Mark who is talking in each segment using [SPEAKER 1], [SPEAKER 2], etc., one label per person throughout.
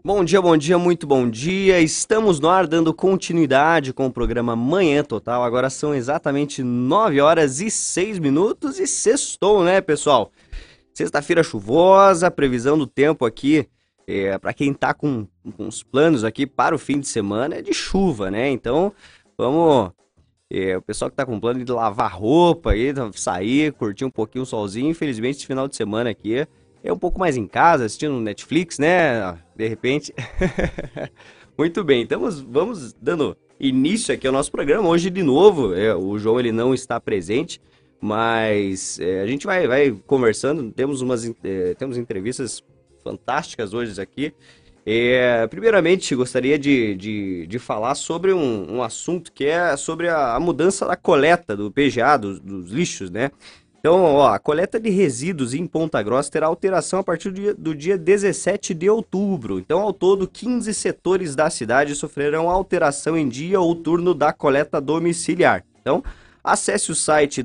[SPEAKER 1] Bom dia, muito bom dia. Estamos no ar dando continuidade com o programa Manhã Total. Agora são exatamente 9 horas e 6 minutos e sextou, né, pessoal? Sexta-feira chuvosa, previsão do tempo aqui, para quem tá com os planos aqui para o fim de semana é de chuva, né? Então, vamos, o pessoal que tá com plano de lavar roupa aí, sair, curtir um pouquinho o solzinho. Infelizmente, esse final de semana aqui é um pouco mais em casa, assistindo Netflix, né? De repente. Muito bem, então vamos dando início aqui ao nosso programa. Hoje, de novo, o João ele não está presente, mas a gente vai conversando. Temos entrevistas fantásticas hoje aqui. Primeiramente, gostaria de falar sobre um assunto que é sobre a mudança da coleta do PGA, dos lixos, né? Então, ó, a coleta de resíduos em Ponta Grossa terá alteração a partir do dia 17 de outubro. Então, ao todo, 15 setores da cidade sofrerão alteração em dia ou turno da coleta domiciliar. Então, acesse o site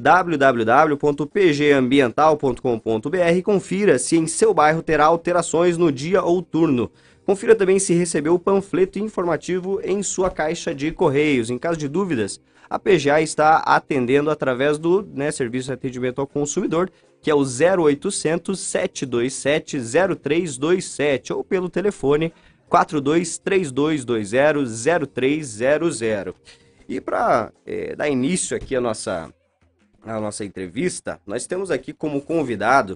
[SPEAKER 1] www.pgambiental.com.br e confira se em seu bairro terá alterações no dia ou turno. Confira também se recebeu o panfleto informativo em sua caixa de correios. Em caso de dúvidas, a PGA está atendendo através do serviço de atendimento ao consumidor, que é o 0800 727 0327 ou pelo telefone 42 3220 0300. E para dar início aqui à nossa entrevista, nós temos aqui como convidado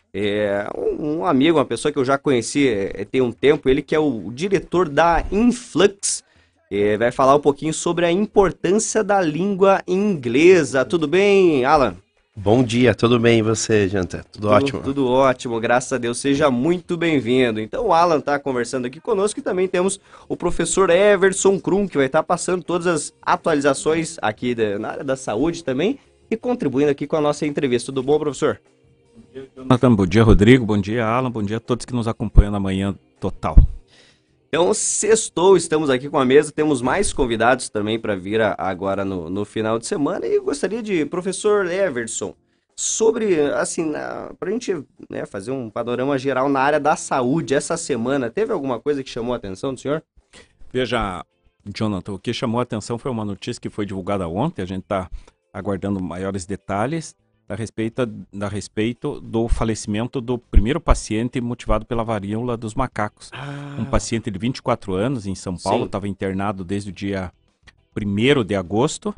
[SPEAKER 1] um amigo, uma pessoa que eu já conheci tem um tempo, ele que é o diretor da Influx. Vai falar um pouquinho sobre a importância da língua inglesa. Tudo bem, Alan?
[SPEAKER 2] Bom dia, tudo bem e você, Janta? Tudo ótimo?
[SPEAKER 1] Tudo ótimo, graças a Deus. Seja muito bem-vindo. Então o Alan está conversando aqui conosco e também temos o professor Everson Krum, que vai estar passando todas as atualizações aqui na área da saúde também e contribuindo aqui com a nossa entrevista. Tudo bom, professor?
[SPEAKER 3] Bom dia, Rodrigo. Bom dia, Alan. Bom dia a todos que nos acompanham na Manhã Total.
[SPEAKER 1] Então, sextou, estamos aqui com a mesa, temos mais convidados também para vir agora no final de semana e eu gostaria de, professor Everson, sobre, assim, para a gente fazer um panorama geral na área da saúde essa semana, teve alguma coisa que chamou a atenção do senhor?
[SPEAKER 3] Veja, Jonathan, o que chamou a atenção foi uma notícia que foi divulgada ontem, a gente está aguardando maiores detalhes a respeito do falecimento do primeiro paciente motivado pela varíola dos macacos. Um paciente de 24 anos em São Paulo, estava internado desde o dia 1º de agosto,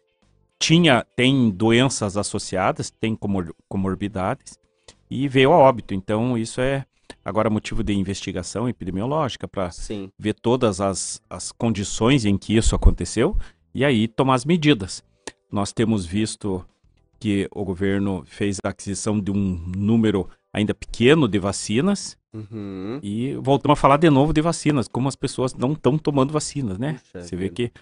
[SPEAKER 3] tem doenças associadas, tem comorbidades e veio a óbito. Então isso é agora motivo de investigação epidemiológica para ver todas as condições em que isso aconteceu e aí tomar as medidas. Nós temos visto que o governo fez a aquisição de um número ainda pequeno de vacinas e voltamos a falar de novo de vacinas, como as pessoas não estão tomando vacinas, né? Você vê que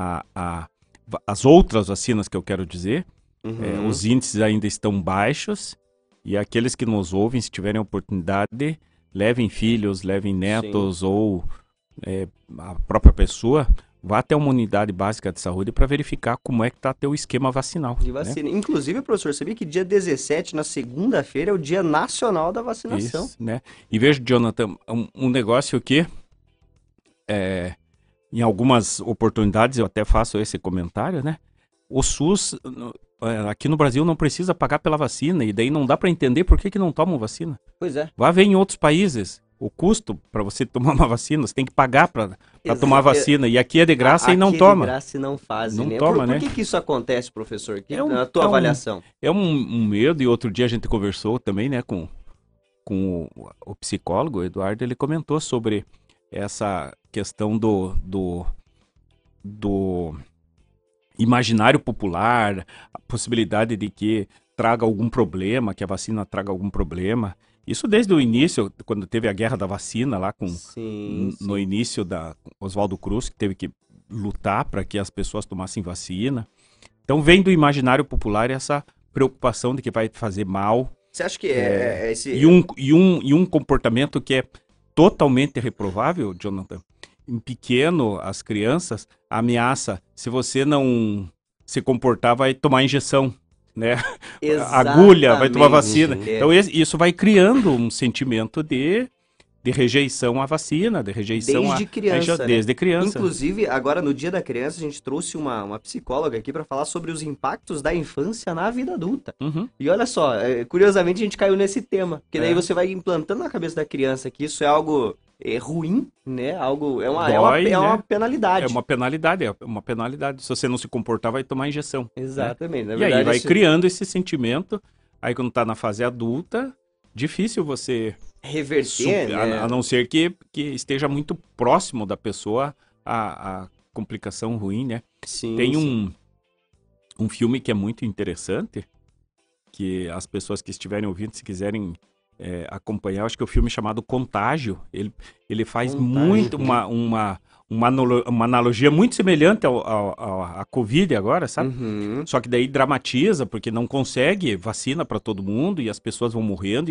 [SPEAKER 3] as outras vacinas que eu quero dizer, os índices ainda estão baixos e aqueles que nos ouvem, se tiverem oportunidade, levem filhos, levem netos ou a própria pessoa, vá até uma unidade básica de saúde para verificar como é que está teu esquema vacinal.
[SPEAKER 1] De vacina. Né? Inclusive, professor, sabia que dia 17, na segunda-feira, é o dia nacional da vacinação.
[SPEAKER 3] Isso, né? E veja, Jonathan, um negócio que em algumas oportunidades eu até faço esse comentário, né? O SUS, aqui no Brasil, não precisa pagar pela vacina e daí não dá para entender por que não tomam vacina.
[SPEAKER 1] Pois é.
[SPEAKER 3] Vá ver em outros países. O custo para você tomar uma vacina, você tem que pagar para tomar vacina. E aqui é de graça e não toma. Aqui é de
[SPEAKER 1] graça e não faz.
[SPEAKER 3] Não toma, né?
[SPEAKER 1] Por que isso acontece, professor? Na tua avaliação?
[SPEAKER 3] É um medo, e outro dia a gente conversou também, né, com o psicólogo, o Eduardo, ele comentou sobre essa questão do imaginário popular, a possibilidade de que traga algum problema, que a vacina traga algum problema. Isso desde o início, quando teve a guerra da vacina lá no início da Oswaldo Cruz, que teve que lutar para que as pessoas tomassem vacina. Então vem do imaginário popular essa preocupação de que vai fazer mal.
[SPEAKER 1] Você acha que esse...
[SPEAKER 3] E um comportamento que é totalmente reprovável, Jonathan. Em pequeno, as crianças, a ameaça, se você não se comportar, vai tomar injeção. Né? Agulha, vai tomar vacina. Então isso vai criando um sentimento de de rejeição à vacina, de rejeição
[SPEAKER 1] Desde criança, né?
[SPEAKER 3] desde criança.
[SPEAKER 1] Inclusive, agora no Dia da Criança, a gente trouxe uma psicóloga aqui para falar sobre os impactos da infância na vida adulta.
[SPEAKER 3] Uhum.
[SPEAKER 1] E olha só, curiosamente a gente caiu nesse tema, porque daí
[SPEAKER 3] É.
[SPEAKER 1] você vai implantando na cabeça da criança que isso é algo ruim, né? Algo é uma
[SPEAKER 3] Dói,
[SPEAKER 1] uma
[SPEAKER 3] né?
[SPEAKER 1] penalidade.
[SPEAKER 3] É uma penalidade. Se você não se comportar, vai tomar injeção. Né?
[SPEAKER 1] Exatamente. Na
[SPEAKER 3] E
[SPEAKER 1] verdade,
[SPEAKER 3] aí vai criando esse sentimento. Aí quando tá na fase adulta, difícil você
[SPEAKER 1] reverter, né?
[SPEAKER 3] a não ser que esteja muito próximo da pessoa a complicação ruim, né?
[SPEAKER 1] Sim,
[SPEAKER 3] Tem
[SPEAKER 1] sim.
[SPEAKER 3] um filme que é muito interessante, que as pessoas que estiverem ouvindo, se quiserem acompanhar, acho que é o filme chamado Contágio. Ele faz
[SPEAKER 1] Contágio.
[SPEAKER 3] muito uma analogia muito semelhante à Covid agora, sabe?
[SPEAKER 1] Uhum.
[SPEAKER 3] Só que daí dramatiza, porque não consegue vacina para todo mundo, e as pessoas vão morrendo,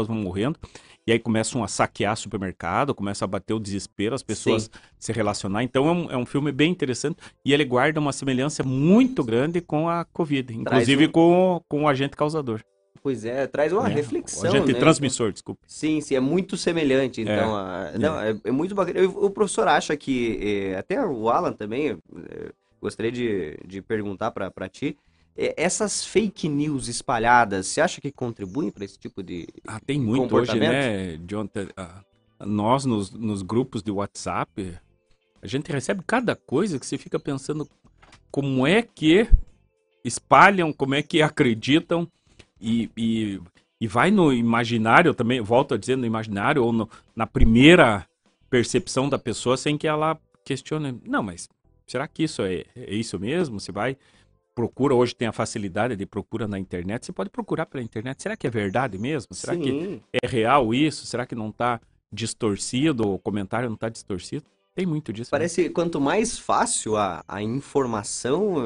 [SPEAKER 3] e aí começam a saquear supermercado, começa a bater o desespero, as pessoas se relacionar. Então é um filme bem interessante, e ele guarda uma semelhança muito grande com a Covid, inclusive com o agente causador.
[SPEAKER 1] Pois é, traz uma reflexão,
[SPEAKER 3] O agente
[SPEAKER 1] né?
[SPEAKER 3] transmissor, desculpa.
[SPEAKER 1] Sim, é muito semelhante, então, não, é muito bacana. O professor acha que, até o Alan também, gostaria de perguntar para ti, essas fake news espalhadas, você acha que contribuem para esse tipo de
[SPEAKER 3] tem muito hoje,
[SPEAKER 1] comportamento?
[SPEAKER 3] né, Jonathan? Nós, nos grupos de WhatsApp, a gente recebe cada coisa que você fica pensando como é que espalham, como é que acreditam, e vai no imaginário também, volto a dizer, no imaginário ou na primeira percepção da pessoa, sem que ela questione. Não, mas será que isso é isso mesmo? Você vai, procura, hoje tem a facilidade de procura na internet, você pode procurar pela internet. Será que é verdade mesmo? Será que é real isso? Será que não está distorcido? O comentário não está distorcido? Tem muito disso.
[SPEAKER 1] Parece que quanto mais fácil a informação,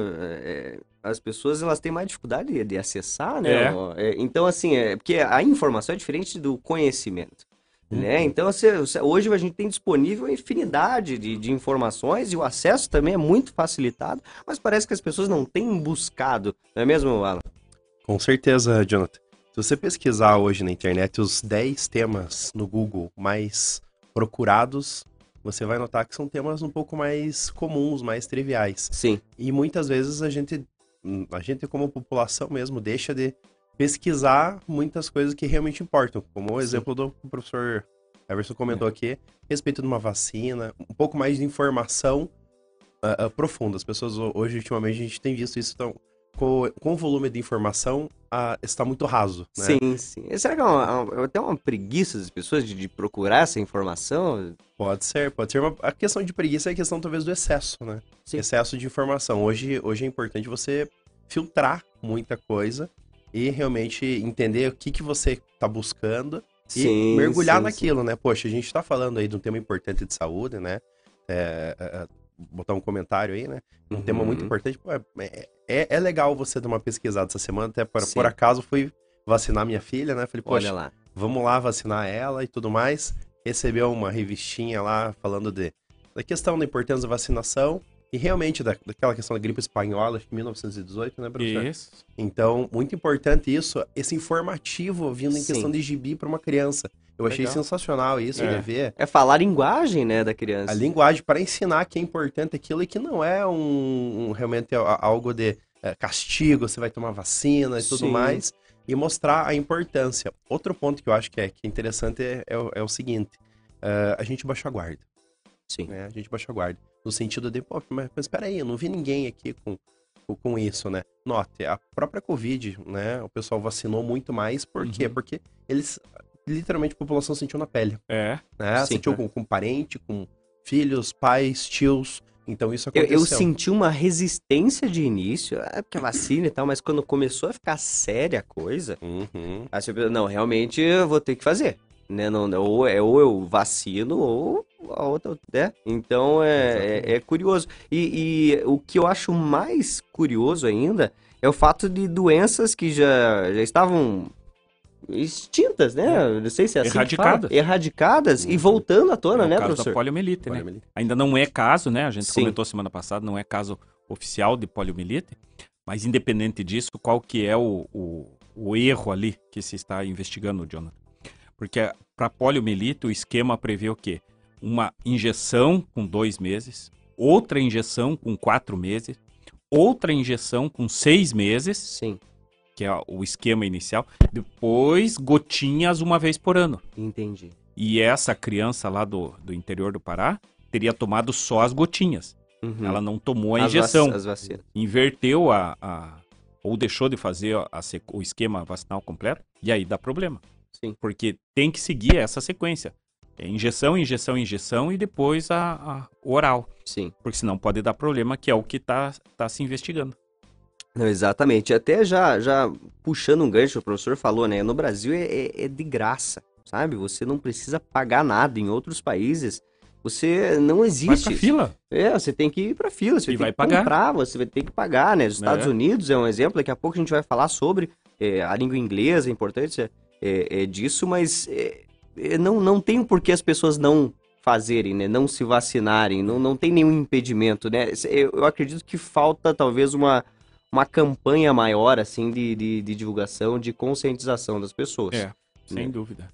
[SPEAKER 1] as pessoas elas têm mais dificuldade de acessar, né? Então, assim, porque a informação é diferente do conhecimento, né? Então, hoje a gente tem disponível uma infinidade de informações e o acesso também é muito facilitado, mas parece que as pessoas não têm buscado, não é mesmo, Alan?
[SPEAKER 2] Com certeza, Jonathan. Se você pesquisar hoje na internet os 10 temas no Google mais procurados, você vai notar que são temas um pouco mais comuns, mais triviais.
[SPEAKER 1] Sim.
[SPEAKER 2] E muitas vezes a gente como população mesmo, deixa de pesquisar muitas coisas que realmente importam. Como o exemplo do professor Everson comentou aqui, a respeito de uma vacina, um pouco mais de informação profunda. As pessoas hoje, ultimamente, a gente tem visto isso com o volume de informação está muito raso, né?
[SPEAKER 1] Sim, sim. Será que é até uma preguiça das pessoas de procurar essa informação?
[SPEAKER 2] Pode ser. A questão de preguiça é a questão talvez do excesso, né?
[SPEAKER 1] Sim.
[SPEAKER 2] Excesso de informação. Hoje é importante você filtrar muita coisa e realmente entender o que você está buscando e mergulhar naquilo, né? Poxa, a gente está falando aí de um tema importante de saúde, né? Botar um comentário aí, né? Um tema muito importante. Pô, é legal você dar uma pesquisada essa semana, até por acaso fui vacinar minha filha, né? Falei, poxa,
[SPEAKER 1] olha lá,
[SPEAKER 2] vamos lá vacinar ela e tudo mais. Recebeu uma revistinha lá falando da questão da importância da vacinação e realmente daquela questão da gripe espanhola, acho que 1918, né, professor?
[SPEAKER 3] Isso.
[SPEAKER 2] Então, muito importante isso, esse informativo vindo em questão de gibi para uma criança. Eu achei sensacional isso, de ver.
[SPEAKER 1] É falar a linguagem, né, da criança.
[SPEAKER 2] A linguagem para ensinar que é importante aquilo e que não é realmente algo de castigo, você vai tomar vacina e tudo mais, e mostrar a importância. Outro ponto que eu acho que é interessante é o seguinte, a gente baixa a guarda.
[SPEAKER 1] Sim.
[SPEAKER 2] Né? A gente baixa a guarda. No sentido de, pô, mas espera aí, eu não vi ninguém aqui com isso, né? Note, a própria Covid, né? O pessoal vacinou muito mais, por quê? Porque eles, literalmente, a população sentiu na pele. Né? Sentiu com parente, com filhos, pais, tios. Então isso aconteceu.
[SPEAKER 1] Eu senti uma resistência de início, porque a vacina e tal, mas quando começou a ficar séria a coisa, aí você pensa, não, realmente eu vou ter que fazer. Né? Não, ou eu vacino ou a outra, né? Então é curioso. E o que eu acho mais curioso ainda é o fato de doenças que já estavam extintas, né? Não sei se é assim erradicadas e voltando à tona, né,
[SPEAKER 3] caso
[SPEAKER 1] professor?
[SPEAKER 3] da poliomielite, né? Ainda não é caso, né? A gente comentou semana passada, não é caso oficial de poliomielite, mas independente disso, qual que é o erro ali que se está investigando, Jonathan? Porque para poliomielite, o esquema prevê o quê? Uma injeção com 2 meses, outra injeção com 4 meses, outra injeção com 6 meses,
[SPEAKER 1] Sim.
[SPEAKER 3] que é o esquema inicial, depois gotinhas uma vez por ano.
[SPEAKER 1] Entendi.
[SPEAKER 3] E essa criança lá do interior do Pará teria tomado só as gotinhas.
[SPEAKER 1] Uhum.
[SPEAKER 3] Ela não tomou a injeção.
[SPEAKER 1] As vacinas.
[SPEAKER 3] Inverteu ou deixou de fazer o esquema vacinal completo, e aí dá problema.
[SPEAKER 1] Sim.
[SPEAKER 3] Porque tem que seguir essa sequência. É injeção, injeção, injeção e depois a oral.
[SPEAKER 1] Sim.
[SPEAKER 3] Porque senão pode dar problema, que é o que tá se investigando.
[SPEAKER 1] Não, exatamente. Até já puxando um gancho, o professor falou, né? No Brasil é de graça, sabe? Você não precisa pagar nada. Em outros países, você não existe.
[SPEAKER 3] Vai pra fila.
[SPEAKER 1] Você tem que ir pra fila, você
[SPEAKER 3] E
[SPEAKER 1] tem
[SPEAKER 3] vai
[SPEAKER 1] que
[SPEAKER 3] pagar.
[SPEAKER 1] comprar, você vai ter que pagar, né? Os Estados Unidos é um exemplo, daqui a pouco a gente vai falar sobre a língua inglesa, a importância disso, mas não tem por que as pessoas não fazerem, né? Não se vacinarem, não tem nenhum impedimento, né? Eu acredito que falta talvez uma campanha maior, assim, de divulgação, de conscientização das pessoas.
[SPEAKER 3] Sem
[SPEAKER 1] né?
[SPEAKER 3] dúvida.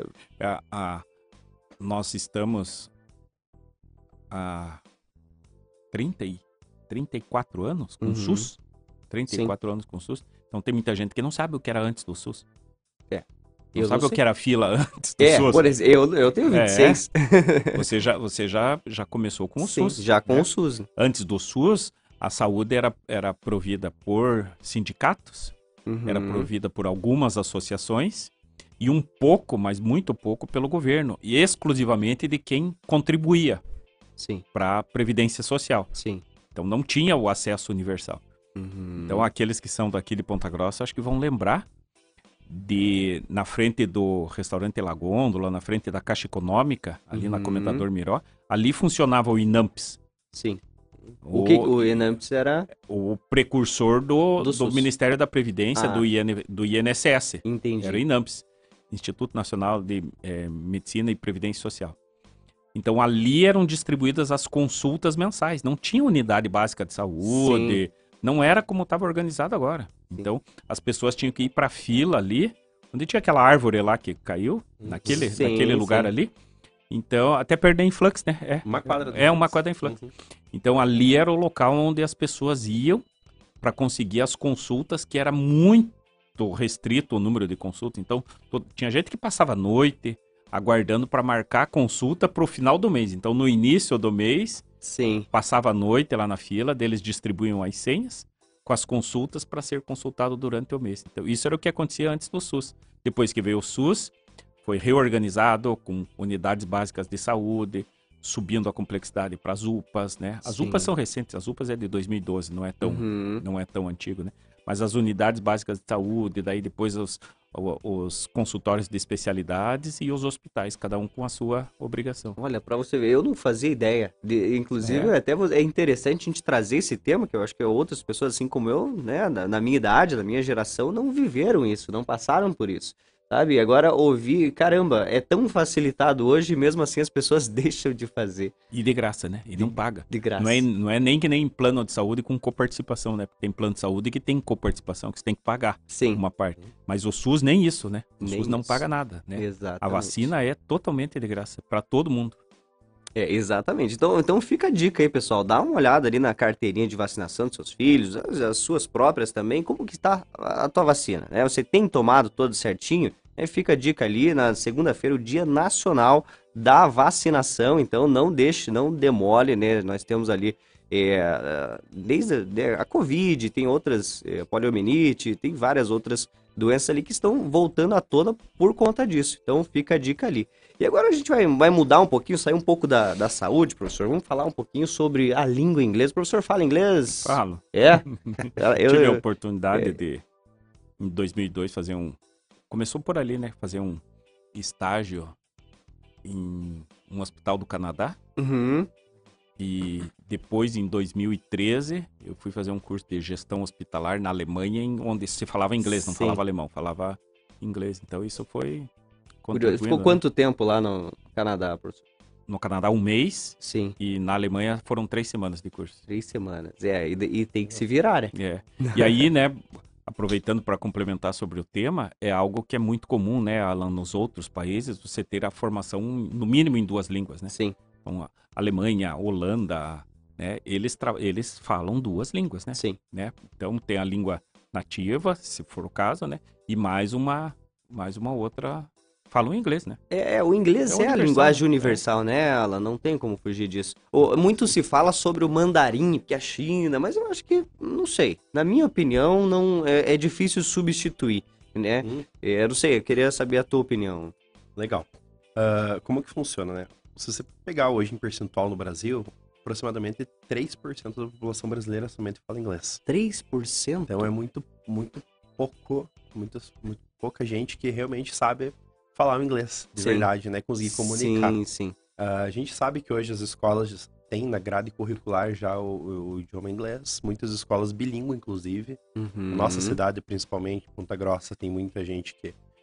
[SPEAKER 3] Nós estamos há 34 anos com o SUS. 34 anos com o SUS. Então tem muita gente que não sabe o que era antes do SUS. Não sabe o que era fila antes do SUS.
[SPEAKER 1] Por exemplo, eu tenho 26.
[SPEAKER 3] Você já começou com o SUS.
[SPEAKER 1] Já com o SUS.
[SPEAKER 3] Antes do SUS, a saúde era provida por sindicatos, era provida por algumas associações e um pouco, mas muito pouco, pelo governo. E exclusivamente de quem contribuía para a Previdência Social.
[SPEAKER 1] Sim.
[SPEAKER 3] Então não tinha o acesso universal. Então aqueles que são daqui de Ponta Grossa, acho que vão lembrar na frente do restaurante La Gôndola, na frente da Caixa Econômica, ali na Comendador Miró, ali funcionava o INAMPS.
[SPEAKER 1] Sim. O INAMPS era
[SPEAKER 3] o precursor do Ministério da Previdência, do INSS.
[SPEAKER 1] Entendi.
[SPEAKER 3] Era o INAMPS, Instituto Nacional de Medicina e Previdência Social. Então ali eram distribuídas as consultas mensais, não tinha unidade básica de saúde, não era como estava organizado agora. Então as pessoas tinham que ir para a fila ali, onde tinha aquela árvore lá que caiu, naquele lugar ali. Então, até perder influx, né?
[SPEAKER 2] Uma quadra do
[SPEAKER 3] uma quadra influx. Então, ali era o local onde as pessoas iam para conseguir as consultas, que era muito restrito o número de consultas. Então, tinha gente que passava a noite aguardando para marcar a consulta para o final do mês. Então, no início do mês, passava a noite lá na fila, eles distribuíam as senhas com as consultas para ser consultado durante o mês. Então, isso era o que acontecia antes do SUS. Depois que veio o SUS, foi reorganizado com unidades básicas de saúde, subindo a complexidade para as UPAs, né? As UPAs são recentes, as UPAs é de 2012, não é tão antigo, né? Mas as unidades básicas de saúde, daí depois os consultórios de especialidades e os hospitais, cada um com a sua obrigação.
[SPEAKER 1] Olha, para você ver, eu não fazia ideia. Inclusive, até é interessante a gente trazer esse tema, que eu acho que outras pessoas, assim como eu, né, na minha idade, na minha geração, não viveram isso, não passaram por isso. Sabe? Agora ouvir, caramba, é tão facilitado hoje e mesmo assim as pessoas deixam de fazer.
[SPEAKER 3] E de graça, né? E não paga.
[SPEAKER 1] De graça.
[SPEAKER 3] Não é nem que nem plano de saúde com coparticipação, né? Porque tem plano de saúde que tem coparticipação, que você tem que pagar uma parte. Mas o SUS nem isso, né? O SUS não paga nada, né?
[SPEAKER 1] Exatamente.
[SPEAKER 3] A vacina é totalmente de graça, para todo mundo.
[SPEAKER 1] Exatamente. Então fica a dica aí, pessoal. Dá uma olhada ali na carteirinha de vacinação dos seus filhos, as suas próprias também, como que está a tua vacina, né? Você tem tomado todo certinho? Fica a dica ali, na segunda-feira, o Dia Nacional da Vacinação, então não deixe, não demore, né? Nós temos ali desde a Covid, tem outras, poliomielite, tem várias outras doenças ali que estão voltando à tona por conta disso. Então fica a dica ali. E agora a gente vai mudar um pouquinho, sair um pouco da saúde, professor. Vamos falar um pouquinho sobre a língua inglesa. O professor fala inglês?
[SPEAKER 3] Falo.
[SPEAKER 1] Eu
[SPEAKER 3] tive a oportunidade de, em 2002, fazer começou por ali, né? Fazer um estágio em um hospital do Canadá. E depois, em 2013, eu fui fazer um curso de gestão hospitalar na Alemanha, onde se falava inglês, não falava alemão, falava inglês. Então isso foi
[SPEAKER 1] curioso. Ficou quanto tempo lá no Canadá, professor?
[SPEAKER 3] No Canadá, 1 mês.
[SPEAKER 1] Sim.
[SPEAKER 3] E na Alemanha foram 3 semanas de curso.
[SPEAKER 1] 3 semanas. E tem que se virar, né?
[SPEAKER 3] E aí, né, aproveitando para complementar sobre o tema, é algo que é muito comum, né, Alan, nos outros países, você ter a formação, no mínimo, em 2 línguas, né?
[SPEAKER 1] Sim.
[SPEAKER 3] Então, a Alemanha, Holanda, né, eles falam 2 línguas, né?
[SPEAKER 1] Sim.
[SPEAKER 3] Né? Então, tem a língua nativa, se for o caso, né? E mais uma outra, falam inglês, né?
[SPEAKER 1] O inglês é a linguagem universal, né, Alan? Não tem como fugir disso. Muito se fala sobre o mandarim, que é a China, mas eu acho que, não sei. Na minha opinião, não é difícil substituir, né? Eu não sei, eu queria saber a tua opinião.
[SPEAKER 2] Legal. Como que funciona, né? Se você pegar hoje em percentual no Brasil, aproximadamente 3% da população brasileira somente fala inglês.
[SPEAKER 1] 3%?
[SPEAKER 2] Então é muito pouco, muito pouca gente que realmente sabe falar o inglês, de verdade, né? Conseguir comunicar.
[SPEAKER 1] Sim.
[SPEAKER 2] A gente sabe que hoje as escolas têm na grade curricular já o idioma inglês, muitas escolas bilíngues, inclusive. Na nossa cidade, principalmente, Ponta Grossa, tem muita gente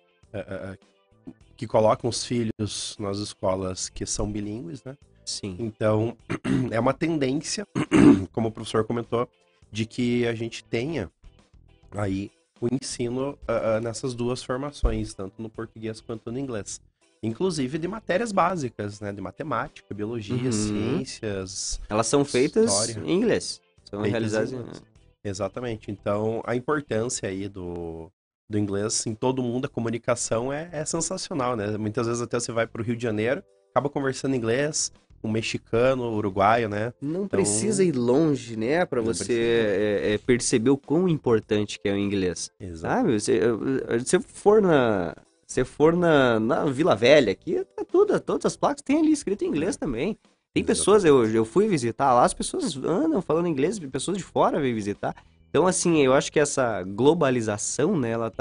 [SPEAKER 2] que coloca os filhos nas escolas que são bilíngues, né?
[SPEAKER 1] Sim.
[SPEAKER 2] Então, é uma tendência, como o professor comentou, de que a gente tenha aí o ensino nessas 2 formações, tanto no português quanto no inglês. Inclusive de matérias básicas, né? De matemática, biologia, ciências.
[SPEAKER 1] Elas são feitas
[SPEAKER 2] história.
[SPEAKER 1] em inglês. São realizadas em
[SPEAKER 2] inglês. Exatamente. Então, a importância aí do inglês em todo mundo, a comunicação é sensacional, né? Muitas vezes até você vai para o Rio de Janeiro, acaba conversando inglês, um mexicano, uruguaio, né?
[SPEAKER 1] Não precisa ir longe, né? Para você perceber o quão importante que é o inglês.
[SPEAKER 2] Exato.
[SPEAKER 1] Sabe? Se for na Vila Velha, aqui, todas as placas tem ali escrito em inglês também. Tem pessoas, eu fui visitar lá, as pessoas andam falando inglês, pessoas de fora vêm visitar. Então, assim, eu acho que essa globalização, né, ela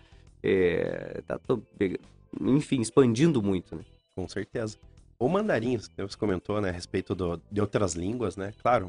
[SPEAKER 1] enfim, expandindo muito, né?
[SPEAKER 2] Com certeza. O mandarim, que você comentou, né, a respeito de outras línguas, né? Claro,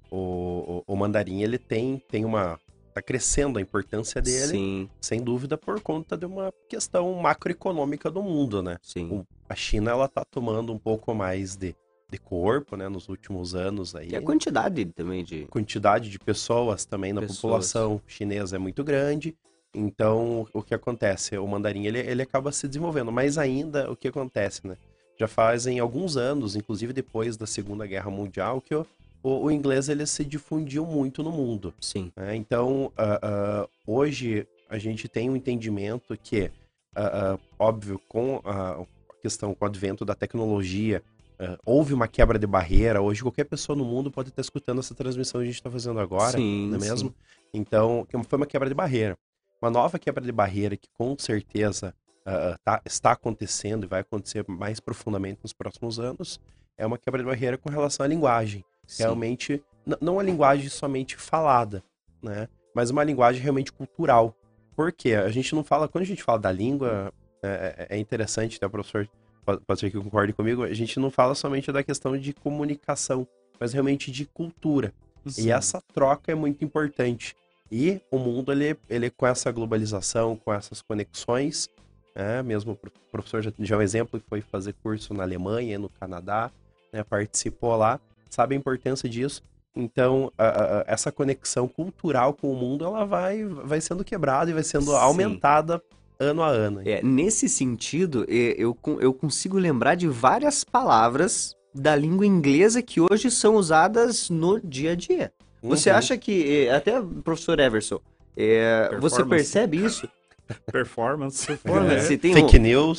[SPEAKER 2] o mandarim, ele tá crescendo a importância dele,
[SPEAKER 1] Sim.
[SPEAKER 2] Sem dúvida, por conta de uma questão macroeconômica do mundo, né?
[SPEAKER 1] Sim.
[SPEAKER 2] A China, ela tá tomando um pouco mais de corpo, né, nos últimos anos aí.
[SPEAKER 1] E a quantidade também de...
[SPEAKER 2] Quantidade de pessoas também na população chinesa é muito grande. Então, o que acontece? O mandarim, ele acaba se desenvolvendo. Mas ainda, o que acontece, né? Já fazem alguns anos, inclusive depois da Segunda Guerra Mundial, que o inglês, ele se difundiu muito no mundo.
[SPEAKER 1] Sim.
[SPEAKER 2] Né? Então, hoje, a gente tem um entendimento que, óbvio, com a questão, com o advento da tecnologia, houve uma quebra de barreira. Hoje qualquer pessoa no mundo pode estar escutando essa transmissão que a gente está fazendo agora, não é mesmo? Sim. Então, foi uma quebra de barreira. Uma nova quebra de barreira que com certeza está acontecendo e vai acontecer mais profundamente nos próximos anos, é uma quebra de barreira com relação à linguagem. Sim. Realmente, não a linguagem somente falada, né? Mas uma linguagem realmente cultural. Por quê? A gente não fala, quando a gente fala da língua, é interessante, até o professor pode ser que concorde comigo, a gente não fala somente da questão de comunicação, mas realmente de cultura. Sim. E essa troca é muito importante. E o mundo, ele com essa globalização, com essas conexões, mesmo o professor já é um exemplo, que foi fazer curso na Alemanha, no Canadá, né, participou lá, sabe a importância disso. Então, essa conexão cultural com o mundo, ela vai sendo quebrada e vai sendo aumentada ano a ano.
[SPEAKER 1] Nesse sentido, eu consigo lembrar de várias palavras da língua inglesa que hoje são usadas no dia a dia. Você acha que, até professor Everson, você percebe isso?
[SPEAKER 3] Performance.
[SPEAKER 1] Tem
[SPEAKER 2] fake news,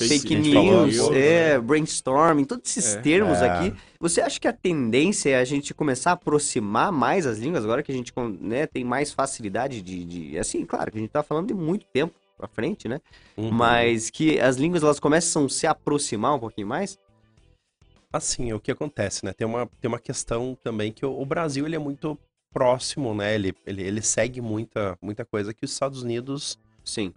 [SPEAKER 1] brainstorming, todos esses termos aqui. Você acha que a tendência é a gente começar a aproximar mais as línguas, agora que a gente, né, tem mais facilidade de... Assim, claro, que a gente tá falando de muito tempo pra frente, né? Mas que as línguas, elas começam a se aproximar um pouquinho mais?
[SPEAKER 2] Assim, o que acontece, né? Tem uma questão também que o Brasil, ele é muito próximo, né? Ele segue muita coisa que os Estados Unidos...
[SPEAKER 1] Sim.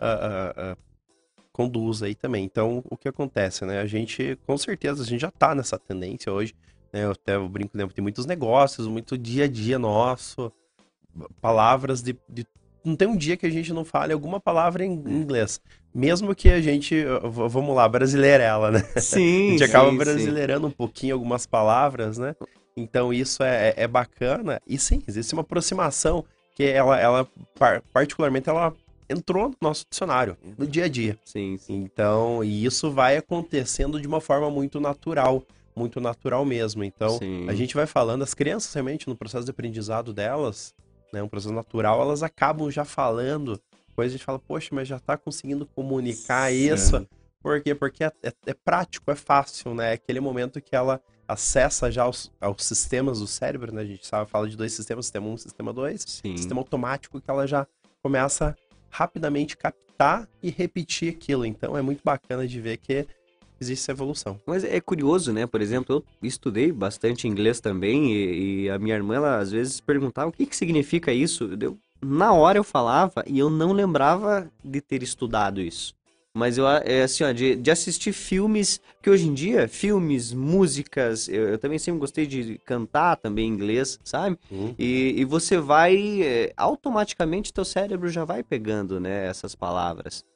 [SPEAKER 2] Conduz aí também. Então, o que acontece, né? A gente, com certeza, a gente já tá nessa tendência hoje, né? Eu brinco, né? Tem muitos negócios, muito dia a dia nosso, palavras não tem um dia que a gente não fale alguma palavra em inglês. Mesmo que a gente, vamos lá, brasileirela, né?
[SPEAKER 1] Sim,
[SPEAKER 2] a gente acaba brasileirando um pouquinho algumas palavras, né? Então, isso é bacana. E sim, existe uma aproximação que ela particularmente, ela entrou no nosso dicionário, no dia a dia.
[SPEAKER 1] Sim, sim.
[SPEAKER 2] Então, e isso vai acontecendo de uma forma muito natural mesmo. Então,
[SPEAKER 1] Sim.
[SPEAKER 2] a gente vai falando, as crianças realmente, no processo de aprendizado delas, né, um processo natural, elas acabam já falando, depois a gente fala, poxa, mas já tá conseguindo comunicar isso. Por quê? Porque é prático, é fácil, né? É aquele momento que ela acessa já aos sistemas do cérebro, né? A gente fala de dois sistemas, sistema 1 e sistema 2, sistema automático que ela já começa rapidamente captar e repetir aquilo. Então é muito bacana de ver que existe essa evolução.
[SPEAKER 1] Mas é curioso, né? Por exemplo, eu estudei bastante inglês também e a minha irmã, ela, às vezes, perguntava o que significa isso. Na hora eu falava e eu não lembrava de ter estudado isso. Mas assim, ó, de assistir filmes, que hoje em dia, filmes, músicas, eu também sempre gostei de cantar também em inglês, sabe? E você vai, automaticamente teu cérebro já vai pegando, né, essas palavras.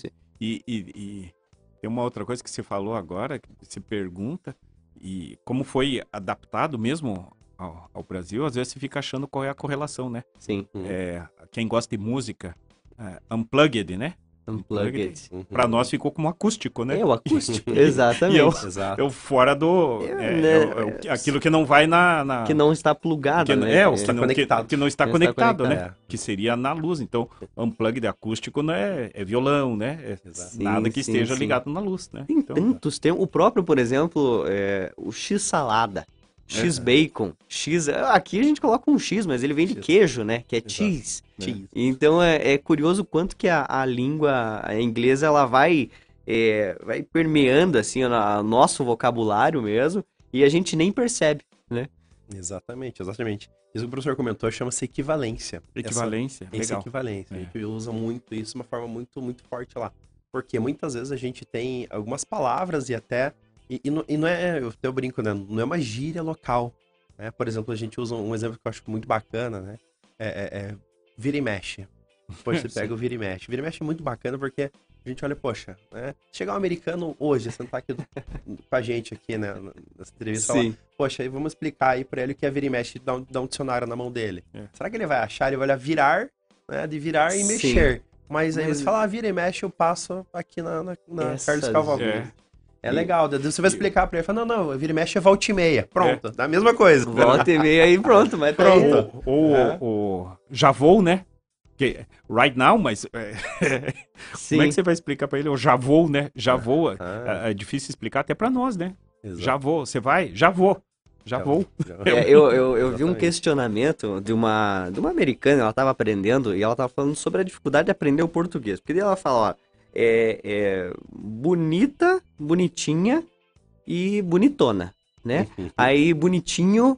[SPEAKER 3] E tem uma outra coisa que você falou agora, que se pergunta, e como foi adaptado mesmo ao Brasil, às vezes você fica achando qual é a correlação, né?
[SPEAKER 1] Sim.
[SPEAKER 3] Quem gosta de música, Unplugged, né?
[SPEAKER 1] Unplugged.
[SPEAKER 3] Pra nós ficou como acústico, né?
[SPEAKER 1] É, o acústico, exatamente.
[SPEAKER 3] Eu fora do... aquilo que não vai na...
[SPEAKER 1] Que não está plugado, né?
[SPEAKER 3] Que não está conectado, né? Que seria na luz. Então, unplugged acústico não é violão, né? Nada que esteja ligado na luz, né?
[SPEAKER 1] Tem tantos, tem o próprio, por exemplo, o X-salada. X-bacon, X... Aqui a gente coloca um X, mas ele vem de queijo, né? Que é cheese. Então é curioso o quanto que a língua inglesa, ela vai permeando, assim, o nosso vocabulário mesmo, e a gente nem percebe, né?
[SPEAKER 2] Exatamente. Isso que o professor comentou chama-se equivalência.
[SPEAKER 3] Equivalência, legal.
[SPEAKER 2] Equivalência. A gente usa muito isso de uma forma muito, muito forte lá. Porque muitas vezes a gente tem algumas palavras e até... E não é, eu brinco, né? Não é uma gíria local, né? Por exemplo, a gente usa um exemplo que eu acho muito bacana, né? Vira e mexe. Depois você pega o vira e mexe. Vira e mexe é muito bacana porque a gente olha, poxa, né? Chegar um americano hoje, sentar aqui com a gente aqui, né? Nessa entrevista e falar, poxa, aí vamos explicar aí pra ele o que é vira e mexe e dar um dicionário na mão dele. Será que ele vai achar? Ele vai olhar virar, né? De virar e mexer. Mas aí você fala, vira e mexe, eu passo aqui na Carlos Cavalcante. É legal, você vai explicar pra ele, fala, não, vira e mexe é volta e meia, pronto, dá a mesma coisa.
[SPEAKER 1] Volta e meia aí, pronto, mas
[SPEAKER 3] pronto. Ou já vou, né? Que, right now, mas como é que você vai explicar pra ele? Eu já vou, né? Já vou, é difícil explicar até pra nós, né? Exato. Já vou, você vai? Já vou. Já vou.
[SPEAKER 1] Eu vi um questionamento de uma americana, ela tava aprendendo, e ela tava falando sobre a dificuldade de aprender o português, porque daí ela fala, ó, bonita, bonitinha e bonitona, né? Aí bonitinho,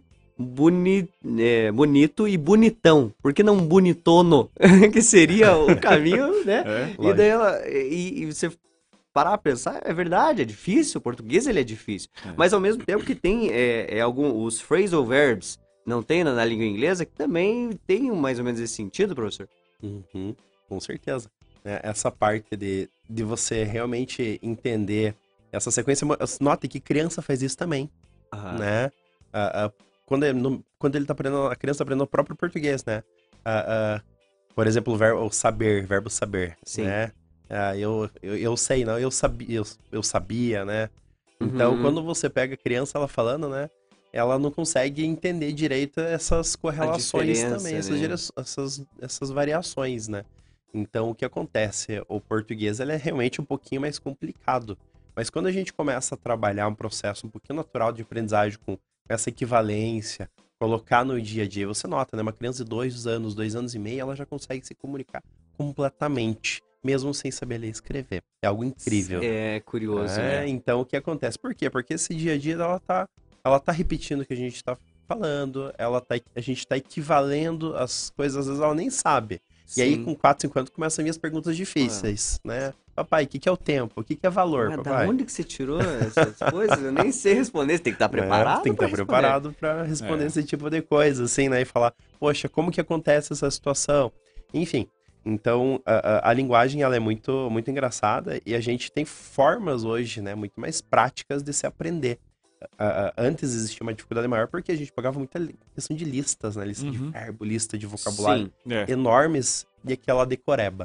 [SPEAKER 1] bonito e bonitão. Por que não bonitono? Que seria o caminho, né? E daí e você parar a pensar, é verdade, é difícil, o português ele é difícil. Mas ao mesmo tempo que tem os phrasal verbs, não tem na língua inglesa, que também tem mais ou menos esse sentido, professor?
[SPEAKER 2] Com certeza. Essa parte de você realmente entender essa sequência. Note que criança faz isso também, né? Quando ele tá aprendendo, a criança tá aprendendo o próprio português, né? Por exemplo, o verbo saber,
[SPEAKER 1] sim,
[SPEAKER 2] né? Eu sei, não, eu sabia, né? Então, quando você pega a criança, ela falando, né? Ela não consegue entender direito essas correlações também, né? essas variações, né? Então, o que acontece? O português ele é realmente um pouquinho mais complicado. Mas quando a gente começa a trabalhar um processo um pouquinho natural de aprendizagem com essa equivalência, colocar no dia a dia, você nota, né? Uma criança de 2 anos, 2 anos e meio, ela já consegue se comunicar completamente, mesmo sem saber ler e escrever. É algo incrível.
[SPEAKER 1] É curioso, né?
[SPEAKER 2] Então, o que acontece? Por quê? Porque esse dia a dia, ela tá repetindo o que a gente tá falando, a gente tá equivalendo as coisas, às vezes ela nem sabe. E aí, com 4, 5 anos, começam a vir as perguntas difíceis, né? Papai, o que é o tempo? O que é valor, papai?
[SPEAKER 1] Da onde que você tirou essas coisas? Eu nem sei responder. Você tem que estar preparado.
[SPEAKER 2] Tem que estar preparado para responder esse tipo de coisa, assim, né? E falar, poxa, como que acontece essa situação? Enfim, então, a linguagem, ela é muito, muito engraçada e a gente tem formas hoje, né? Muito mais práticas de se aprender. Antes existia uma dificuldade maior porque a gente pagava muita questão de listas, né? Lista de verbo, lista de vocabulário enormes e aquela decoreba.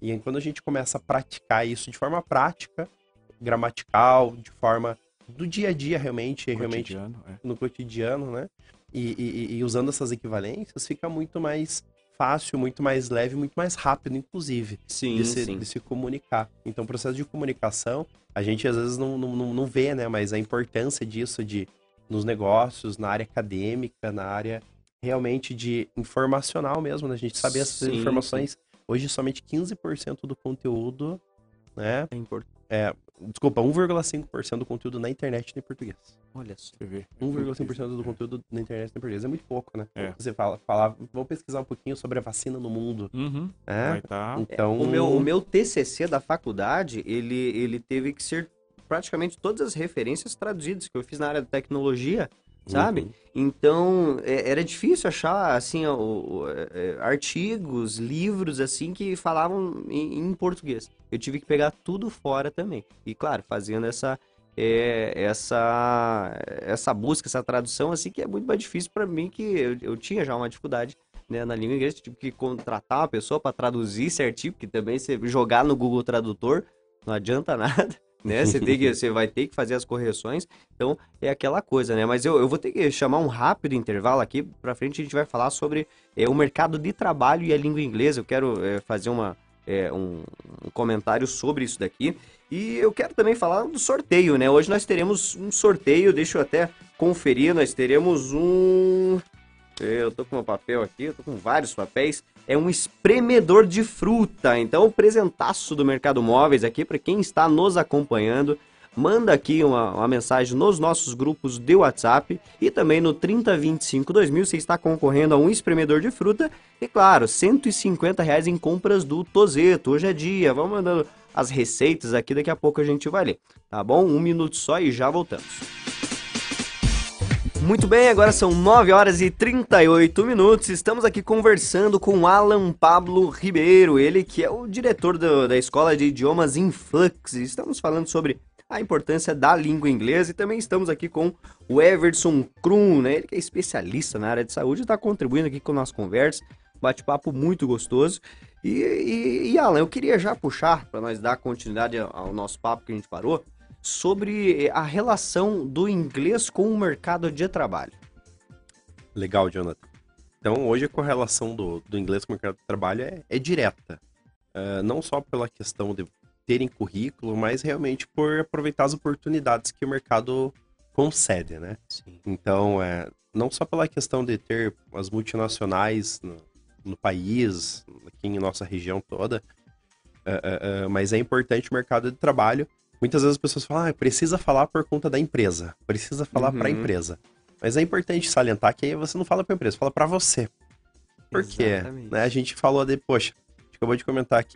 [SPEAKER 2] E aí, quando a gente começa a praticar isso de forma prática, gramatical, de forma do dia a dia realmente no cotidiano, né? E usando essas equivalências, fica muito mais fácil, muito mais leve, muito mais rápido, inclusive, de se comunicar. Então, o processo de comunicação, a gente às vezes não vê, né? Mas a importância disso nos negócios, na área acadêmica, na área realmente de informacional mesmo, né? A gente sabe essas informações. Hoje, somente 15% do conteúdo, né? Desculpa, 1,5% do conteúdo na internet tem português.
[SPEAKER 1] Olha só.
[SPEAKER 2] 1,5% do conteúdo na internet tem português. É muito pouco, né? Você fala, vou pesquisar um pouquinho sobre a vacina no mundo.
[SPEAKER 3] Vai tá.
[SPEAKER 1] Então... O meu TCC da faculdade, ele teve que ser praticamente todas as referências traduzidas que eu fiz na área de tecnologia, sabe? Então, era difícil achar, assim, artigos, livros, assim, que falavam em português. Eu tive que pegar tudo fora também. E, claro, fazendo essa busca, essa tradução, assim, que é muito mais difícil para mim, que eu tinha já uma dificuldade, né, na língua inglesa. Tive que contratar uma pessoa para traduzir certinho, porque também você jogar no Google Tradutor não adianta nada. Né? Você vai ter que fazer as correções, então é aquela coisa, né? Mas eu vou ter que chamar um rápido intervalo aqui, pra frente a gente vai falar sobre o mercado de trabalho e a língua inglesa. Eu quero fazer um comentário sobre isso daqui, e eu quero também falar do sorteio, né? Hoje nós teremos um sorteio, deixa eu até conferir, nós teremos eu tô com meu papel aqui, eu tô com vários papéis. É um espremedor de fruta. Então, o presentaço do Mercado Móveis aqui, para quem está nos acompanhando, manda aqui uma mensagem nos nossos grupos de WhatsApp e também no 3025-2000, você está concorrendo a um espremedor de fruta. E claro, R$150 em compras do Tozeto. Hoje é dia, vamos mandando as receitas aqui, daqui a pouco a gente vai ler. Tá bom? 1 minuto só e já voltamos. Muito bem, agora são 9 horas e 38 minutos, estamos aqui conversando com Alan Pablo Ribeiro, ele que é o diretor da Escola de Idiomas Influx. Estamos falando sobre a importância da língua inglesa e também estamos aqui com o Everson Krum, né? Ele que é especialista na área de saúde e está contribuindo aqui com a nossa conversa, bate-papo muito gostoso. E Alan, eu queria já puxar, para nós dar continuidade ao nosso papo que a gente parou, sobre a relação do inglês com o mercado de trabalho.
[SPEAKER 2] Legal, Jonathan. Então, hoje a correlação do inglês com o mercado de trabalho é direta. Não só pela questão de terem currículo, mas realmente por aproveitar as oportunidades que o mercado concede, né?
[SPEAKER 1] Sim.
[SPEAKER 2] Então, não só pela questão de ter as multinacionais no país, aqui em nossa região toda, mas é importante o mercado de trabalho. Muitas vezes as pessoas falam, precisa falar por conta da empresa, precisa falar para a empresa. Mas é importante salientar que aí você não fala para a empresa, fala para você. Por quê? Né? A gente falou a gente acabou de comentar que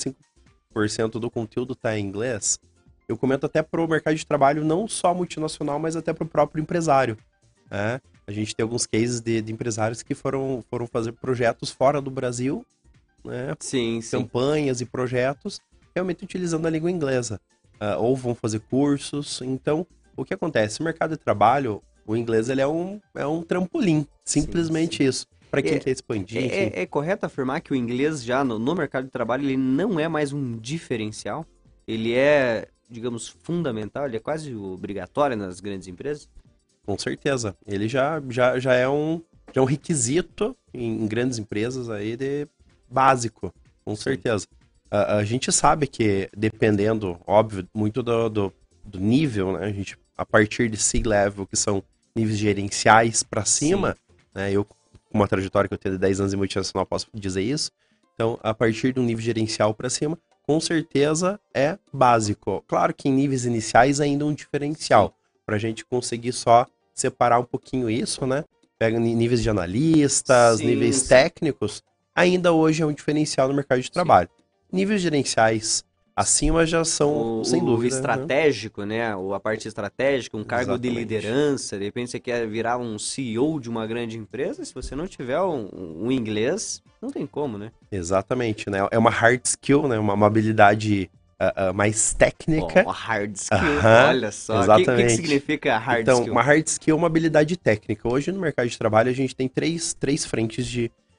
[SPEAKER 2] 1,5% do conteúdo está em inglês. Eu comento até para o mercado de trabalho, não só multinacional, mas até para o próprio empresário. Né? A gente tem alguns cases de empresários que foram fazer projetos fora do Brasil, né?
[SPEAKER 1] Sim.
[SPEAKER 2] Campanhas e projetos, realmente utilizando a língua inglesa. Ou vão fazer cursos. Então, o que acontece? O mercado de trabalho, o inglês ele é um trampolim, simplesmente isso. Para quem quer expandir.
[SPEAKER 1] É correto afirmar que o inglês já no mercado de trabalho ele não é mais um diferencial? Ele é, digamos, fundamental, ele é quase obrigatório nas grandes empresas?
[SPEAKER 2] Com certeza. Ele já é um requisito em grandes empresas aí de básico, com certeza. A gente sabe que, dependendo, óbvio, muito do nível, né? A partir de C-Level, que são níveis gerenciais para cima, né? Eu, com uma trajetória que eu tenho de 10 anos em multinacional, posso dizer isso. Então, a partir de um nível gerencial para cima, com certeza é básico. Claro que em níveis iniciais ainda é um diferencial, para a gente conseguir só separar um pouquinho isso, né? Pega níveis de analistas, níveis técnicos, ainda hoje é um diferencial no mercado de trabalho. Níveis gerenciais acima já são, sem dúvida.
[SPEAKER 1] O estratégico, né? A parte estratégica, um cargo de liderança. De repente você quer virar um CEO de uma grande empresa, se você não tiver um inglês, não tem como, né?
[SPEAKER 2] Exatamente, né? É uma hard skill, né? Uma habilidade mais técnica.
[SPEAKER 1] Uma hard skill, olha só.
[SPEAKER 2] Exatamente.
[SPEAKER 1] O que significa hard skill?
[SPEAKER 2] Então, uma hard skill é uma habilidade técnica. Hoje no mercado de trabalho a gente tem três frentes de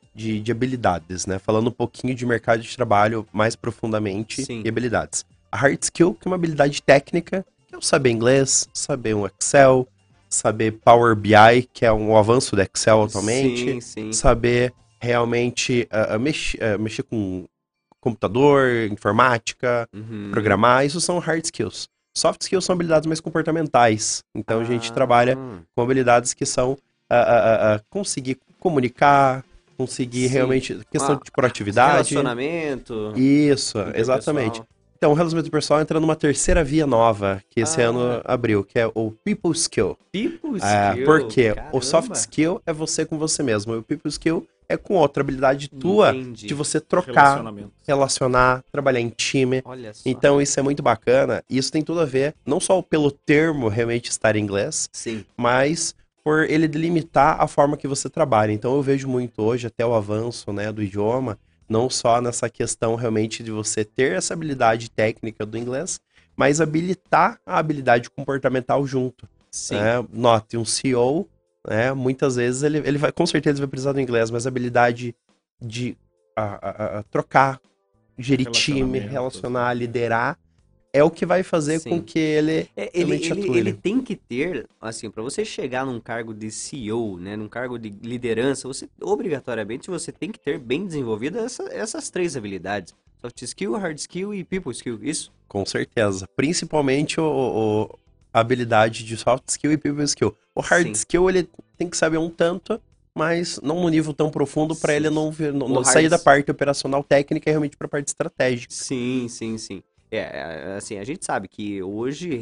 [SPEAKER 2] de habilidades, né? Falando um pouquinho de mercado de trabalho mais profundamente e habilidades. A hard skill, que é uma habilidade técnica, que é o saber inglês, saber um Excel, saber Power BI, que é um avanço do Excel atualmente, saber realmente mexer com computador, informática, programar, isso são hard skills. Soft skills são habilidades mais comportamentais, então a gente trabalha com habilidades que são conseguir comunicar, conseguir realmente, questão de proatividade.
[SPEAKER 1] Relacionamento.
[SPEAKER 2] Isso, exatamente. Então, o relacionamento pessoal entra numa terceira via nova, que esse ano abriu, que é o People Skill.
[SPEAKER 1] People Skill?
[SPEAKER 2] Porque o Soft Skill é você com você mesmo, e o People Skill é com outra habilidade tua, de você trocar, relacionar, trabalhar em time.
[SPEAKER 1] Olha só.
[SPEAKER 2] Então, isso é muito bacana, e isso tem tudo a ver, não só pelo termo realmente estar em inglês, mas por ele delimitar a forma que você trabalha. Então, eu vejo muito hoje, até o avanço, né, do idioma, não só nessa questão realmente de você ter essa habilidade técnica do inglês, mas habilitar a habilidade comportamental junto. Né? Note, um CEO, né, muitas vezes ele vai, com certeza vai precisar do inglês, mas a habilidade de trocar, gerir time, relacionar, liderar, é o que vai fazer com que ele atue.
[SPEAKER 1] Ele tem que ter, assim, para você chegar num cargo de CEO, né, num cargo de liderança, você obrigatoriamente você tem que ter bem desenvolvidas essas três habilidades: soft skill, hard skill e people skill, isso?
[SPEAKER 2] Com certeza, principalmente a habilidade de soft skill e people skill. O hard skill ele tem que saber um tanto, mas não no nível tão profundo para ele não sair da parte operacional técnica e realmente para a parte estratégica.
[SPEAKER 1] Sim. Assim, a gente sabe que hoje